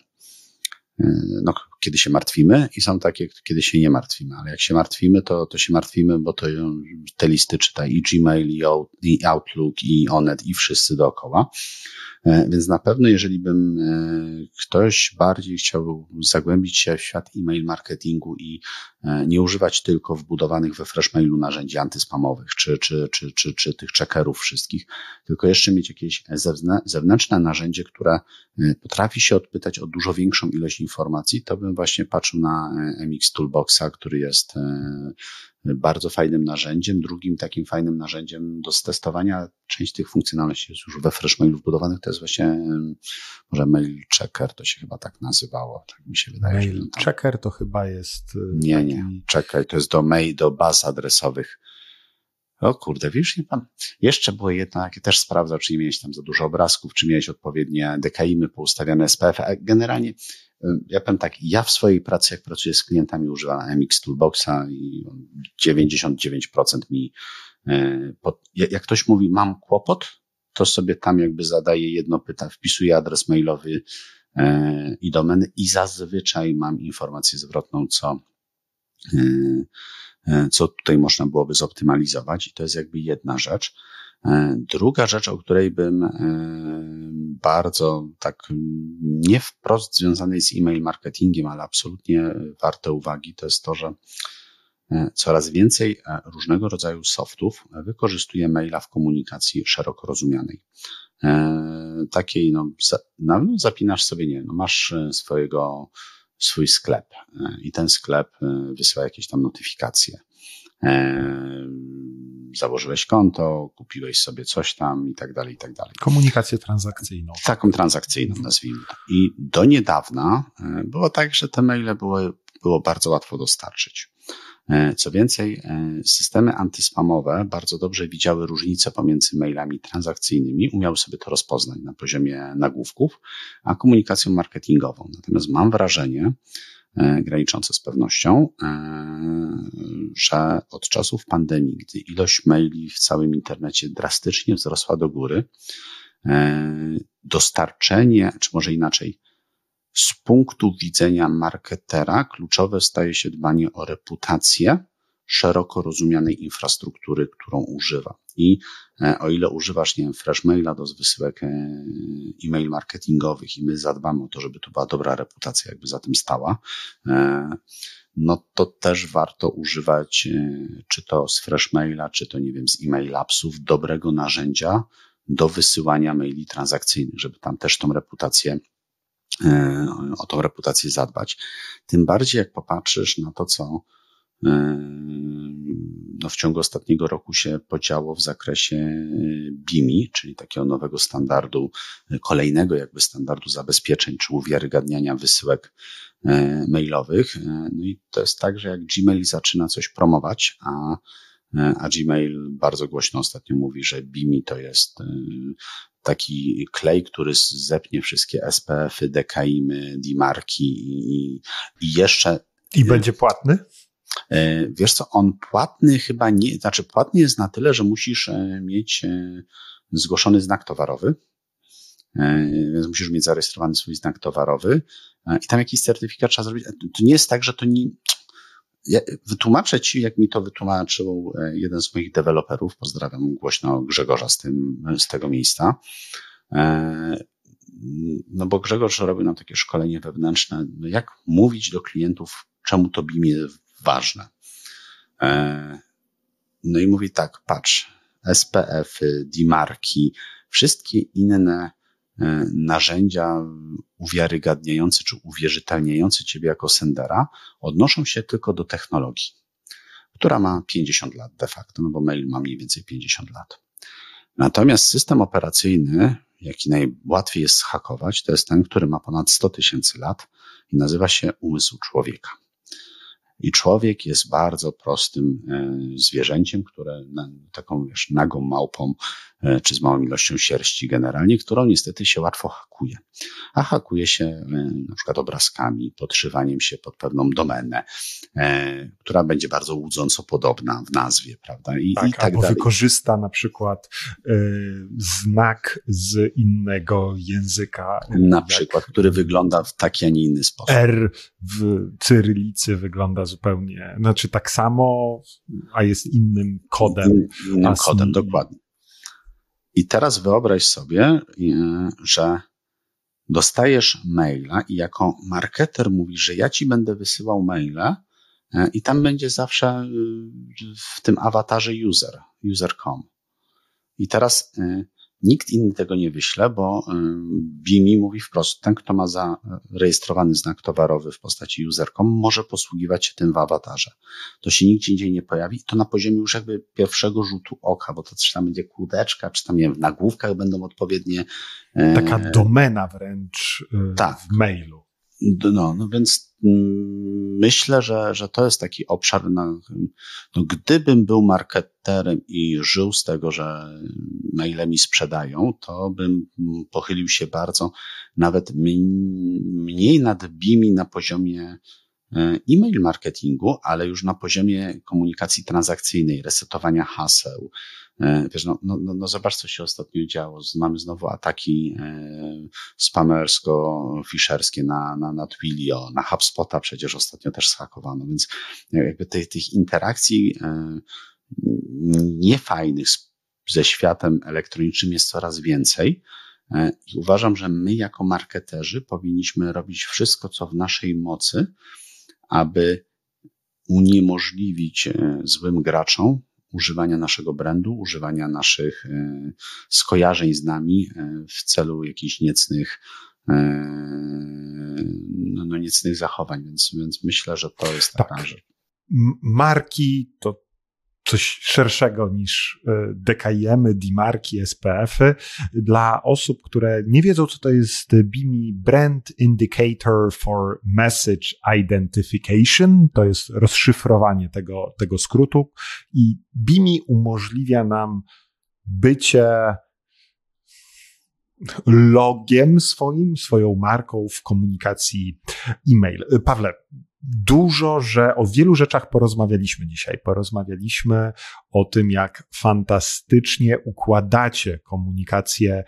A: kiedy się martwimy i są takie, kiedy się nie martwimy, ale jak się martwimy, to się martwimy, bo to te listy czyta i Gmail, i Outlook, i Onet, i wszyscy dookoła. Więc na pewno, jeżeli bym ktoś bardziej chciał zagłębić się w świat e-mail marketingu i nie używać tylko wbudowanych we Freshmailu narzędzi antyspamowych, czy tych checkerów wszystkich, tylko jeszcze mieć jakieś zewnętrzne narzędzie, które potrafi się odpytać o dużo większą ilość informacji, to bym właśnie patrzył na MX Toolboxa, który jest bardzo fajnym narzędziem. Drugim takim fajnym narzędziem do testowania część tych funkcjonalności jest już we Freshmailu wbudowanych, to jest właśnie może Mail Checker, to się chyba tak nazywało, tak mi się wydaje.
B: Mail Checker to chyba jest...
A: Nie, czekaj, to jest do baz adresowych. O kurde, wiesz, nie pan. Jeszcze było jedno, jakie też sprawdzał, czy nie miałeś tam za dużo obrazków, czy miałeś odpowiednie DKIM-y poustawiane SPF, a generalnie ja powiem tak, ja w swojej pracy, jak pracuję z klientami, używam MX Toolboxa i 99% mi, jak ktoś mówi, mam kłopot, to sobie tam jakby zadaję jedno pytanie, wpisuję adres mailowy i domeny i zazwyczaj mam informację zwrotną, co tutaj można byłoby zoptymalizować i to jest jakby jedna rzecz. Druga rzecz, o której bym bardzo tak nie wprost związanej z e-mail marketingiem, ale absolutnie warte uwagi, to jest to, że coraz więcej różnego rodzaju softów wykorzystuje maila w komunikacji szeroko rozumianej. Takiej, zapinasz sobie, masz swój sklep i ten sklep wysyła jakieś tam notyfikacje. Założyłeś konto, kupiłeś sobie coś tam i tak dalej, i tak dalej.
B: Komunikację transakcyjną.
A: Taką transakcyjną, nazwijmy to. I do niedawna było tak, że te maile było bardzo łatwo dostarczyć. Co więcej, systemy antyspamowe bardzo dobrze widziały różnice pomiędzy mailami transakcyjnymi, umiały sobie to rozpoznać na poziomie nagłówków, a komunikacją marketingową. Natomiast mam wrażenie, graniczące z pewnością, że od czasów pandemii, gdy ilość maili w całym internecie drastycznie wzrosła do góry, dostarczenie, czy może inaczej, z punktu widzenia marketera kluczowe staje się dbanie o reputację szeroko rozumianej infrastruktury, którą używa. I o ile używasz, Freshmaila do wysyłek e-mail marketingowych i my zadbamy o to, żeby to była dobra reputacja, jakby za tym stała, no to też warto używać, czy to z Freshmaila, czy to, z e-mailapsów, dobrego narzędzia do wysyłania maili transakcyjnych, żeby tam też o tą reputację zadbać. Tym bardziej jak popatrzysz na to, co w ciągu ostatniego roku się podziało w zakresie BIMI, czyli takiego nowego standardu, kolejnego jakby standardu zabezpieczeń czy uwiarygadniania wysyłek mailowych. No i to jest tak, że jak Gmail zaczyna coś promować, a Gmail bardzo głośno ostatnio mówi, że BIMI to jest taki klej, który zepnie wszystkie SPF-y, DKIM-y, DMARC-y i jeszcze...
B: I będzie płatny?
A: Wiesz co, on płatny chyba nie, znaczy płatny jest na tyle, że musisz mieć zgłoszony znak towarowy, więc musisz mieć zarejestrowany swój znak towarowy i tam jakiś certyfikat trzeba zrobić. To nie jest tak, że to nie... Ja wytłumaczę ci, jak mi to wytłumaczył jeden z moich deweloperów, pozdrawiam głośno Grzegorza z tego miejsca, no bo Grzegorz robił nam takie szkolenie wewnętrzne, jak mówić do klientów, czemu to BIM jest ważne. No i mówi tak, patrz, SPF-y, DMARC-y, wszystkie inne narzędzia uwiarygadniające czy uwierzytelniające ciebie jako sendera odnoszą się tylko do technologii, która ma 50 lat de facto, no bo mail ma mniej więcej 50 lat. Natomiast system operacyjny, jaki najłatwiej jest zhakować, to jest ten, który ma ponad 100 000 lat i nazywa się umysł człowieka. I człowiek jest bardzo prostym zwierzęciem, które taką, nagą małpą, czy z małą ilością sierści generalnie, którą niestety się łatwo hakuje. A hakuje się na przykład obrazkami, podszywaniem się pod pewną domenę, która będzie bardzo łudząco podobna w nazwie, prawda? I tak
B: albo
A: dalej.
B: Wykorzysta na przykład znak z innego języka.
A: Na przykład, który wygląda w taki, a nie inny sposób.
B: R w cyrylicy wygląda zupełnie, znaczy tak samo, a jest innym kodem.
A: Innym kodem, dokładnie. I teraz wyobraź sobie, że dostajesz maila i jako marketer mówisz, że ja ci będę wysyłał maile i tam będzie zawsze w tym awatarze user.com. I teraz nikt inny tego nie wyśle, bo BIMI mówi wprost, ten, kto ma zarejestrowany znak towarowy w postaci user.com, może posługiwać się tym w awatarze. To się nigdzie indziej nie pojawi i to na poziomie już jakby pierwszego rzutu oka, bo to czy tam będzie kółeczka, czy tam, w nagłówkach będą odpowiednie...
B: Taka domena wręcz
A: tak.
B: w mailu.
A: No więc myślę, że to jest taki obszar, gdybym był marketerem i żył z tego, że maile mi sprzedają, to bym pochylił się bardzo nawet mniej nad BIM na poziomie e-mail marketingu, ale już na poziomie komunikacji transakcyjnej, resetowania haseł. Wiesz, zobacz, co się ostatnio działo. Mamy znowu ataki spamersko-fisherskie na Twilio, na HubSpota przecież ostatnio też zhakowano, więc jakby tych interakcji niefajnych ze światem elektronicznym jest coraz więcej. I uważam, że my jako marketerzy powinniśmy robić wszystko, co w naszej mocy, aby uniemożliwić złym graczom używania naszego brandu, używania naszych skojarzeń z nami w celu jakichś niecnych zachowań, więc myślę, że to jest taka rzecz.
B: Marki to coś szerszego niż DKIM-y, D-marki, SPF-y. Dla osób, które nie wiedzą, co to jest BIMI, Brand Indicator for Message Identification, to jest rozszyfrowanie tego skrótu i BIMI umożliwia nam bycie logiem swoją marką w komunikacji e-mail. Pawle, o wielu rzeczach porozmawialiśmy dzisiaj. Porozmawialiśmy o tym, jak fantastycznie układacie komunikację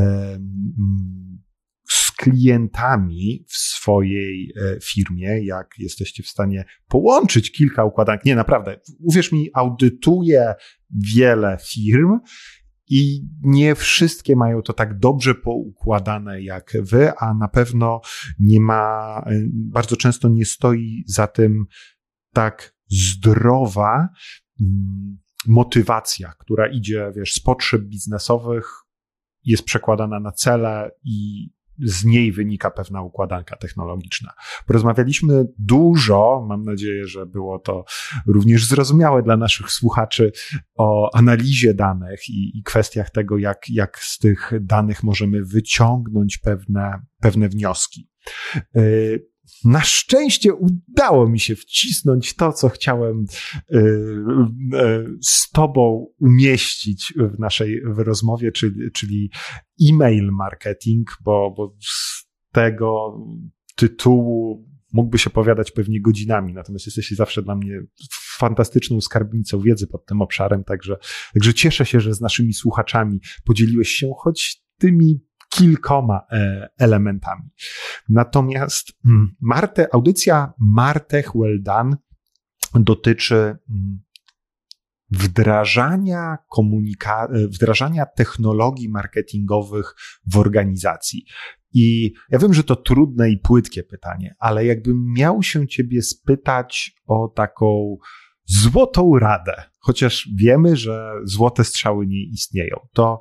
B: z klientami w swojej firmie, jak jesteście w stanie połączyć kilka układanek. Nie, naprawdę, uwierz mi, audytuję wiele firm i nie wszystkie mają to tak dobrze poukładane jak wy, a na pewno bardzo często nie stoi za tym tak zdrowa motywacja, która idzie, z potrzeb biznesowych, jest przekładana na cele i z niej wynika pewna układanka technologiczna. Porozmawialiśmy dużo, mam nadzieję, że było to również zrozumiałe dla naszych słuchaczy, o analizie danych i kwestiach tego, jak z tych danych możemy wyciągnąć pewne wnioski. Na szczęście udało mi się wcisnąć to, co chciałem z tobą umieścić w naszej rozmowie, czyli e-mail marketing, bo z tego tytułu mógłby się opowiadać pewnie godzinami, natomiast jesteś zawsze dla mnie fantastyczną skarbnicą wiedzy pod tym obszarem, także cieszę się, że z naszymi słuchaczami podzieliłeś się choć tymi kilkoma elementami. Natomiast audycja Martech Well Done dotyczy wdrażania technologii marketingowych w organizacji. I ja wiem, że to trudne i płytkie pytanie, ale jakbym miał się ciebie spytać o taką złotą radę, chociaż wiemy, że złote strzały nie istnieją, to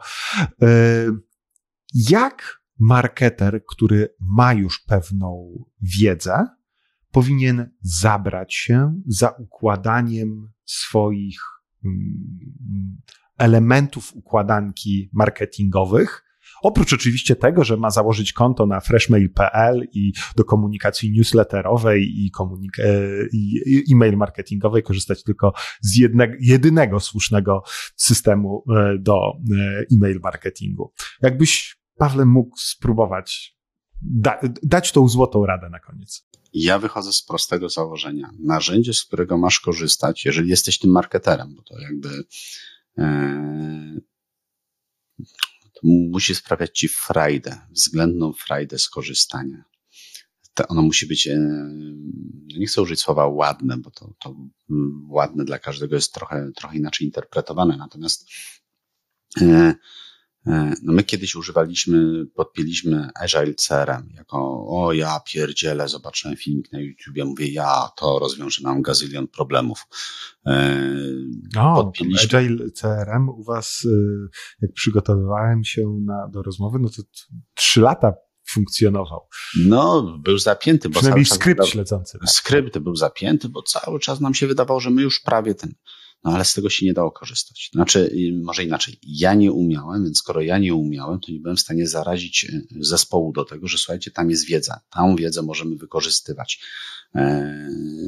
B: jak marketer, który ma już pewną wiedzę, powinien zabrać się za układaniem swoich elementów układanki marketingowych, oprócz oczywiście tego, że ma założyć konto na freshmail.pl i do komunikacji newsletterowej i e-mail marketingowej korzystać tylko z jedynego słusznego systemu do e-mail marketingu. Jakbyś, Pawle, mógł spróbować dać tą złotą radę na koniec.
A: Ja wychodzę z prostego założenia. Narzędzie, z którego masz korzystać, jeżeli jesteś tym marketerem, bo to jakby to musi sprawiać ci frajdę, względną frajdę z korzystania. Ono musi być, nie chcę użyć słowa ładne, bo to ładne dla każdego jest trochę inaczej interpretowane, natomiast my kiedyś podpięliśmy Agile CRM jako, ja pierdzielę, zobaczyłem filmik na YouTubie, mówię, to rozwiąże nam gazylion problemów.
B: Agile CRM u was, jak przygotowywałem się do rozmowy, to 3 lata funkcjonował.
A: Był zapięty. Bo
B: przynajmniej skrypt śledzący.
A: Tak. Skrypt był zapięty, bo cały czas nam się wydawało, że my już prawie ale z tego się nie dało korzystać. Znaczy, może inaczej, ja nie umiałem, więc skoro ja nie umiałem, to nie byłem w stanie zarazić zespołu do tego, że słuchajcie, tam jest wiedza, tą wiedzę możemy wykorzystywać.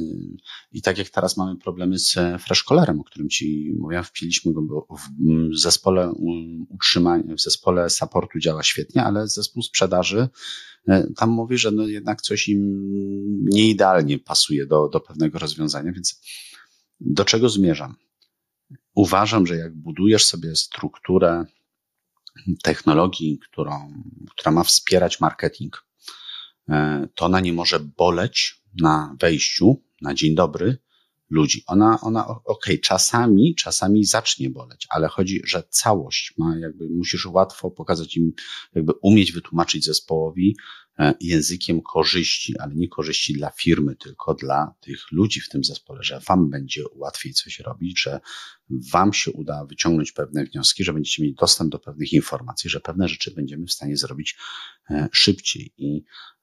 A: I tak jak teraz mamy problemy z Freshcollerem, o którym ci mówiłem, wpiliśmy go, bo w zespole utrzymania, w zespole supportu działa świetnie, ale zespół sprzedaży tam mówi, że no jednak coś im nieidealnie pasuje do pewnego rozwiązania, więc do czego zmierzam? Uważam, że jak budujesz sobie strukturę technologii, która ma wspierać marketing, to ona nie może boleć na wejściu, na dzień dobry ludzi. Ona okej, czasami zacznie boleć, ale chodzi, że całość ma musisz łatwo pokazać im, umieć wytłumaczyć zespołowi językiem korzyści, ale nie korzyści dla firmy, tylko dla tych ludzi w tym zespole, że wam będzie łatwiej coś robić, że wam się uda wyciągnąć pewne wnioski, że będziecie mieli dostęp do pewnych informacji, że pewne rzeczy będziemy w stanie zrobić szybciej. I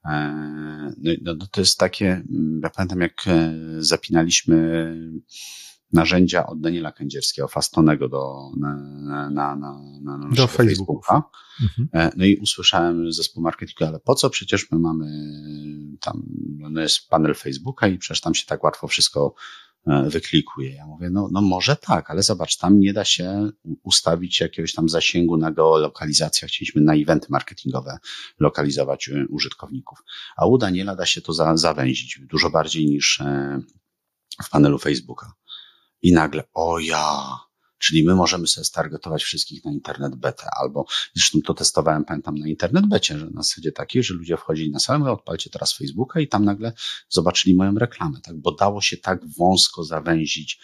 A: to jest takie, ja pamiętam jak zapinaliśmy narzędzia od Daniela Kędzierskiego, Fastonego do Facebooka. Mhm. No i usłyszałem zespół marketingu, ale po co? Przecież my mamy tam, no jest panel Facebooka i przecież tam się tak łatwo wszystko wyklikuje. Ja mówię, no może tak, ale zobacz, tam nie da się ustawić jakiegoś tam zasięgu na geolokalizację. Chcieliśmy na eventy marketingowe lokalizować użytkowników. A u Daniela da się to zawęzić dużo bardziej niż w panelu Facebooka. I nagle, czyli my możemy sobie stargetować wszystkich na internet betę, albo zresztą to testowałem, pamiętam, na internet becie, że na zasadzie takiej, że ludzie wchodzili na salę, odpalcie teraz Facebooka i tam nagle zobaczyli moją reklamę, tak, bo dało się tak wąsko zawęzić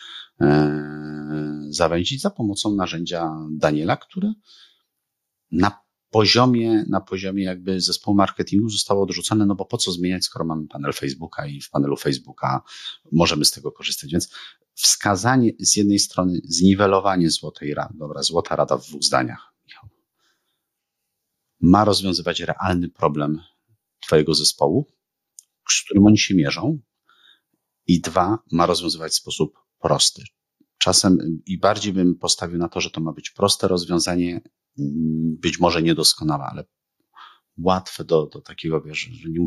A: za pomocą narzędzia Daniela, które na poziomie jakby zespołu marketingu zostało odrzucone, no bo po co zmieniać, skoro mamy panel Facebooka i w panelu Facebooka możemy z tego korzystać. Więc wskazanie z jednej strony, zniwelowanie złotej rady, złota rada w 2 zdaniach, Michał, ma rozwiązywać realny problem twojego zespołu, z którym oni się mierzą, i 2, ma rozwiązywać w sposób prosty. Czasem i bardziej bym postawił na to, że to ma być proste rozwiązanie, być może niedoskonałe, ale łatwe do takiego, wiesz, że nie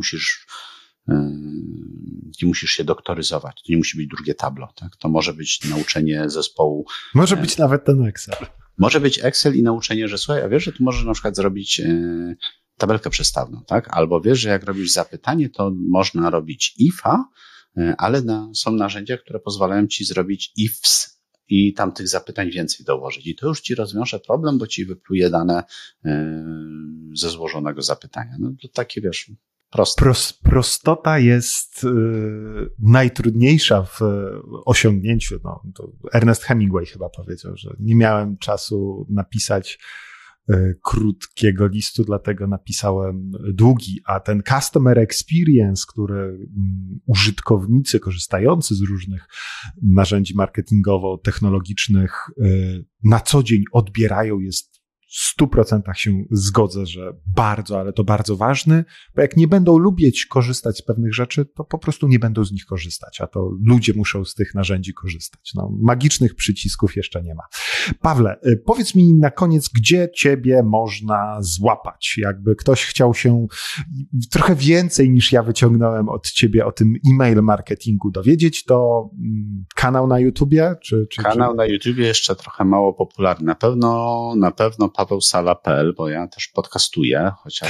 A: musisz się doktoryzować, to nie musi być drugie tablo, tak? To może być nauczenie zespołu.
B: Może być nawet ten Excel.
A: Może być Excel i nauczenie, że słuchaj, a wiesz, że tu możesz na przykład zrobić tabelkę przestawną, tak? Albo wiesz, że jak robisz zapytanie, to można robić if'a, ale są narzędzia, które pozwalają ci zrobić ifs i tam tych zapytań więcej dołożyć. I to już ci rozwiąże problem, bo ci wypluje dane ze złożonego zapytania. No to takie, wiesz, proste.
B: Prostota jest najtrudniejsza w osiągnięciu. No, to Ernest Hemingway chyba powiedział, że nie miałem czasu napisać krótkiego listu, dlatego napisałem długi, a ten customer experience, który użytkownicy korzystający z różnych narzędzi marketingowo-technologicznych na co dzień odbierają, jest w 100% się zgodzę, że bardzo, ale to bardzo ważny, bo jak nie będą lubić korzystać z pewnych rzeczy, to po prostu nie będą z nich korzystać, a to ludzie muszą z tych narzędzi korzystać. No, magicznych przycisków jeszcze nie ma. Pawle, powiedz mi na koniec, gdzie ciebie można złapać? Jakby ktoś chciał się trochę więcej niż ja wyciągnąłem od ciebie o tym e-mail marketingu dowiedzieć, to kanał na YouTubie?
A: Kanał na YouTubie jeszcze trochę mało popularny. Na pewno PawełSala.pl, bo ja też podcastuję, chociaż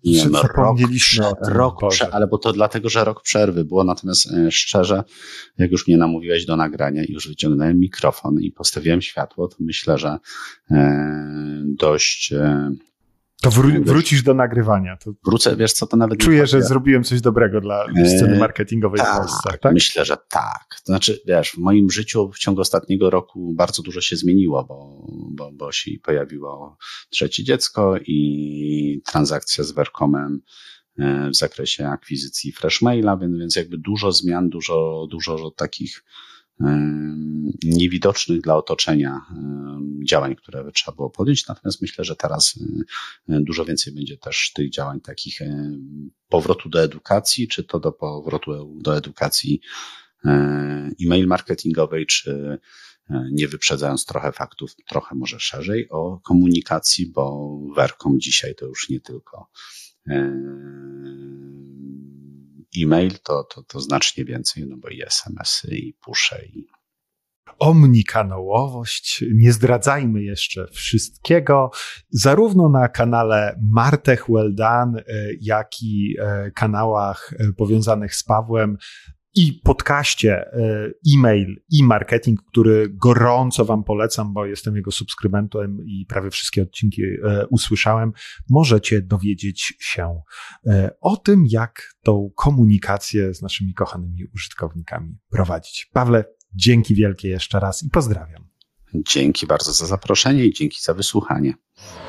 A: ale bo to dlatego, że rok przerwy było, natomiast szczerze, jak już mnie namówiłeś do nagrania i już wyciągnąłem mikrofon i postawiłem światło, to myślę, że dość...
B: To wrócisz do nagrywania. To
A: wrócę, wiesz co, to nawet...
B: Czuję, że zrobiłem coś dobrego dla sceny marketingowej w Polsce, tak?
A: Myślę, że tak. To znaczy, wiesz, w moim życiu w ciągu ostatniego roku bardzo dużo się zmieniło, bo się pojawiło 3. dziecko i transakcja z Vercomem w zakresie akwizycji Freshmaila, więc jakby dużo zmian, dużo takich niewidocznych dla otoczenia działań, które trzeba było podjąć. Natomiast myślę, że teraz dużo więcej będzie też tych działań takich powrotu do edukacji, czy to do powrotu do edukacji e-mail marketingowej, czy nie wyprzedzając trochę faktów, trochę może szerzej o komunikacji, bo Vercom dzisiaj to już nie tylko e-mail, to znacznie więcej, no bo i SMS-y, i pusze, i
B: omnikanałowość. Nie zdradzajmy jeszcze wszystkiego. Zarówno na kanale Martech Well Done, jak i kanałach powiązanych z Pawłem i podcaście e-mail i marketing, który gorąco wam polecam, bo jestem jego subskrybentem i prawie wszystkie odcinki usłyszałem, możecie dowiedzieć się o tym, jak tą komunikację z naszymi kochanymi użytkownikami prowadzić. Pawle, dzięki wielkie jeszcze raz i pozdrawiam.
A: Dzięki bardzo za zaproszenie i dzięki za wysłuchanie.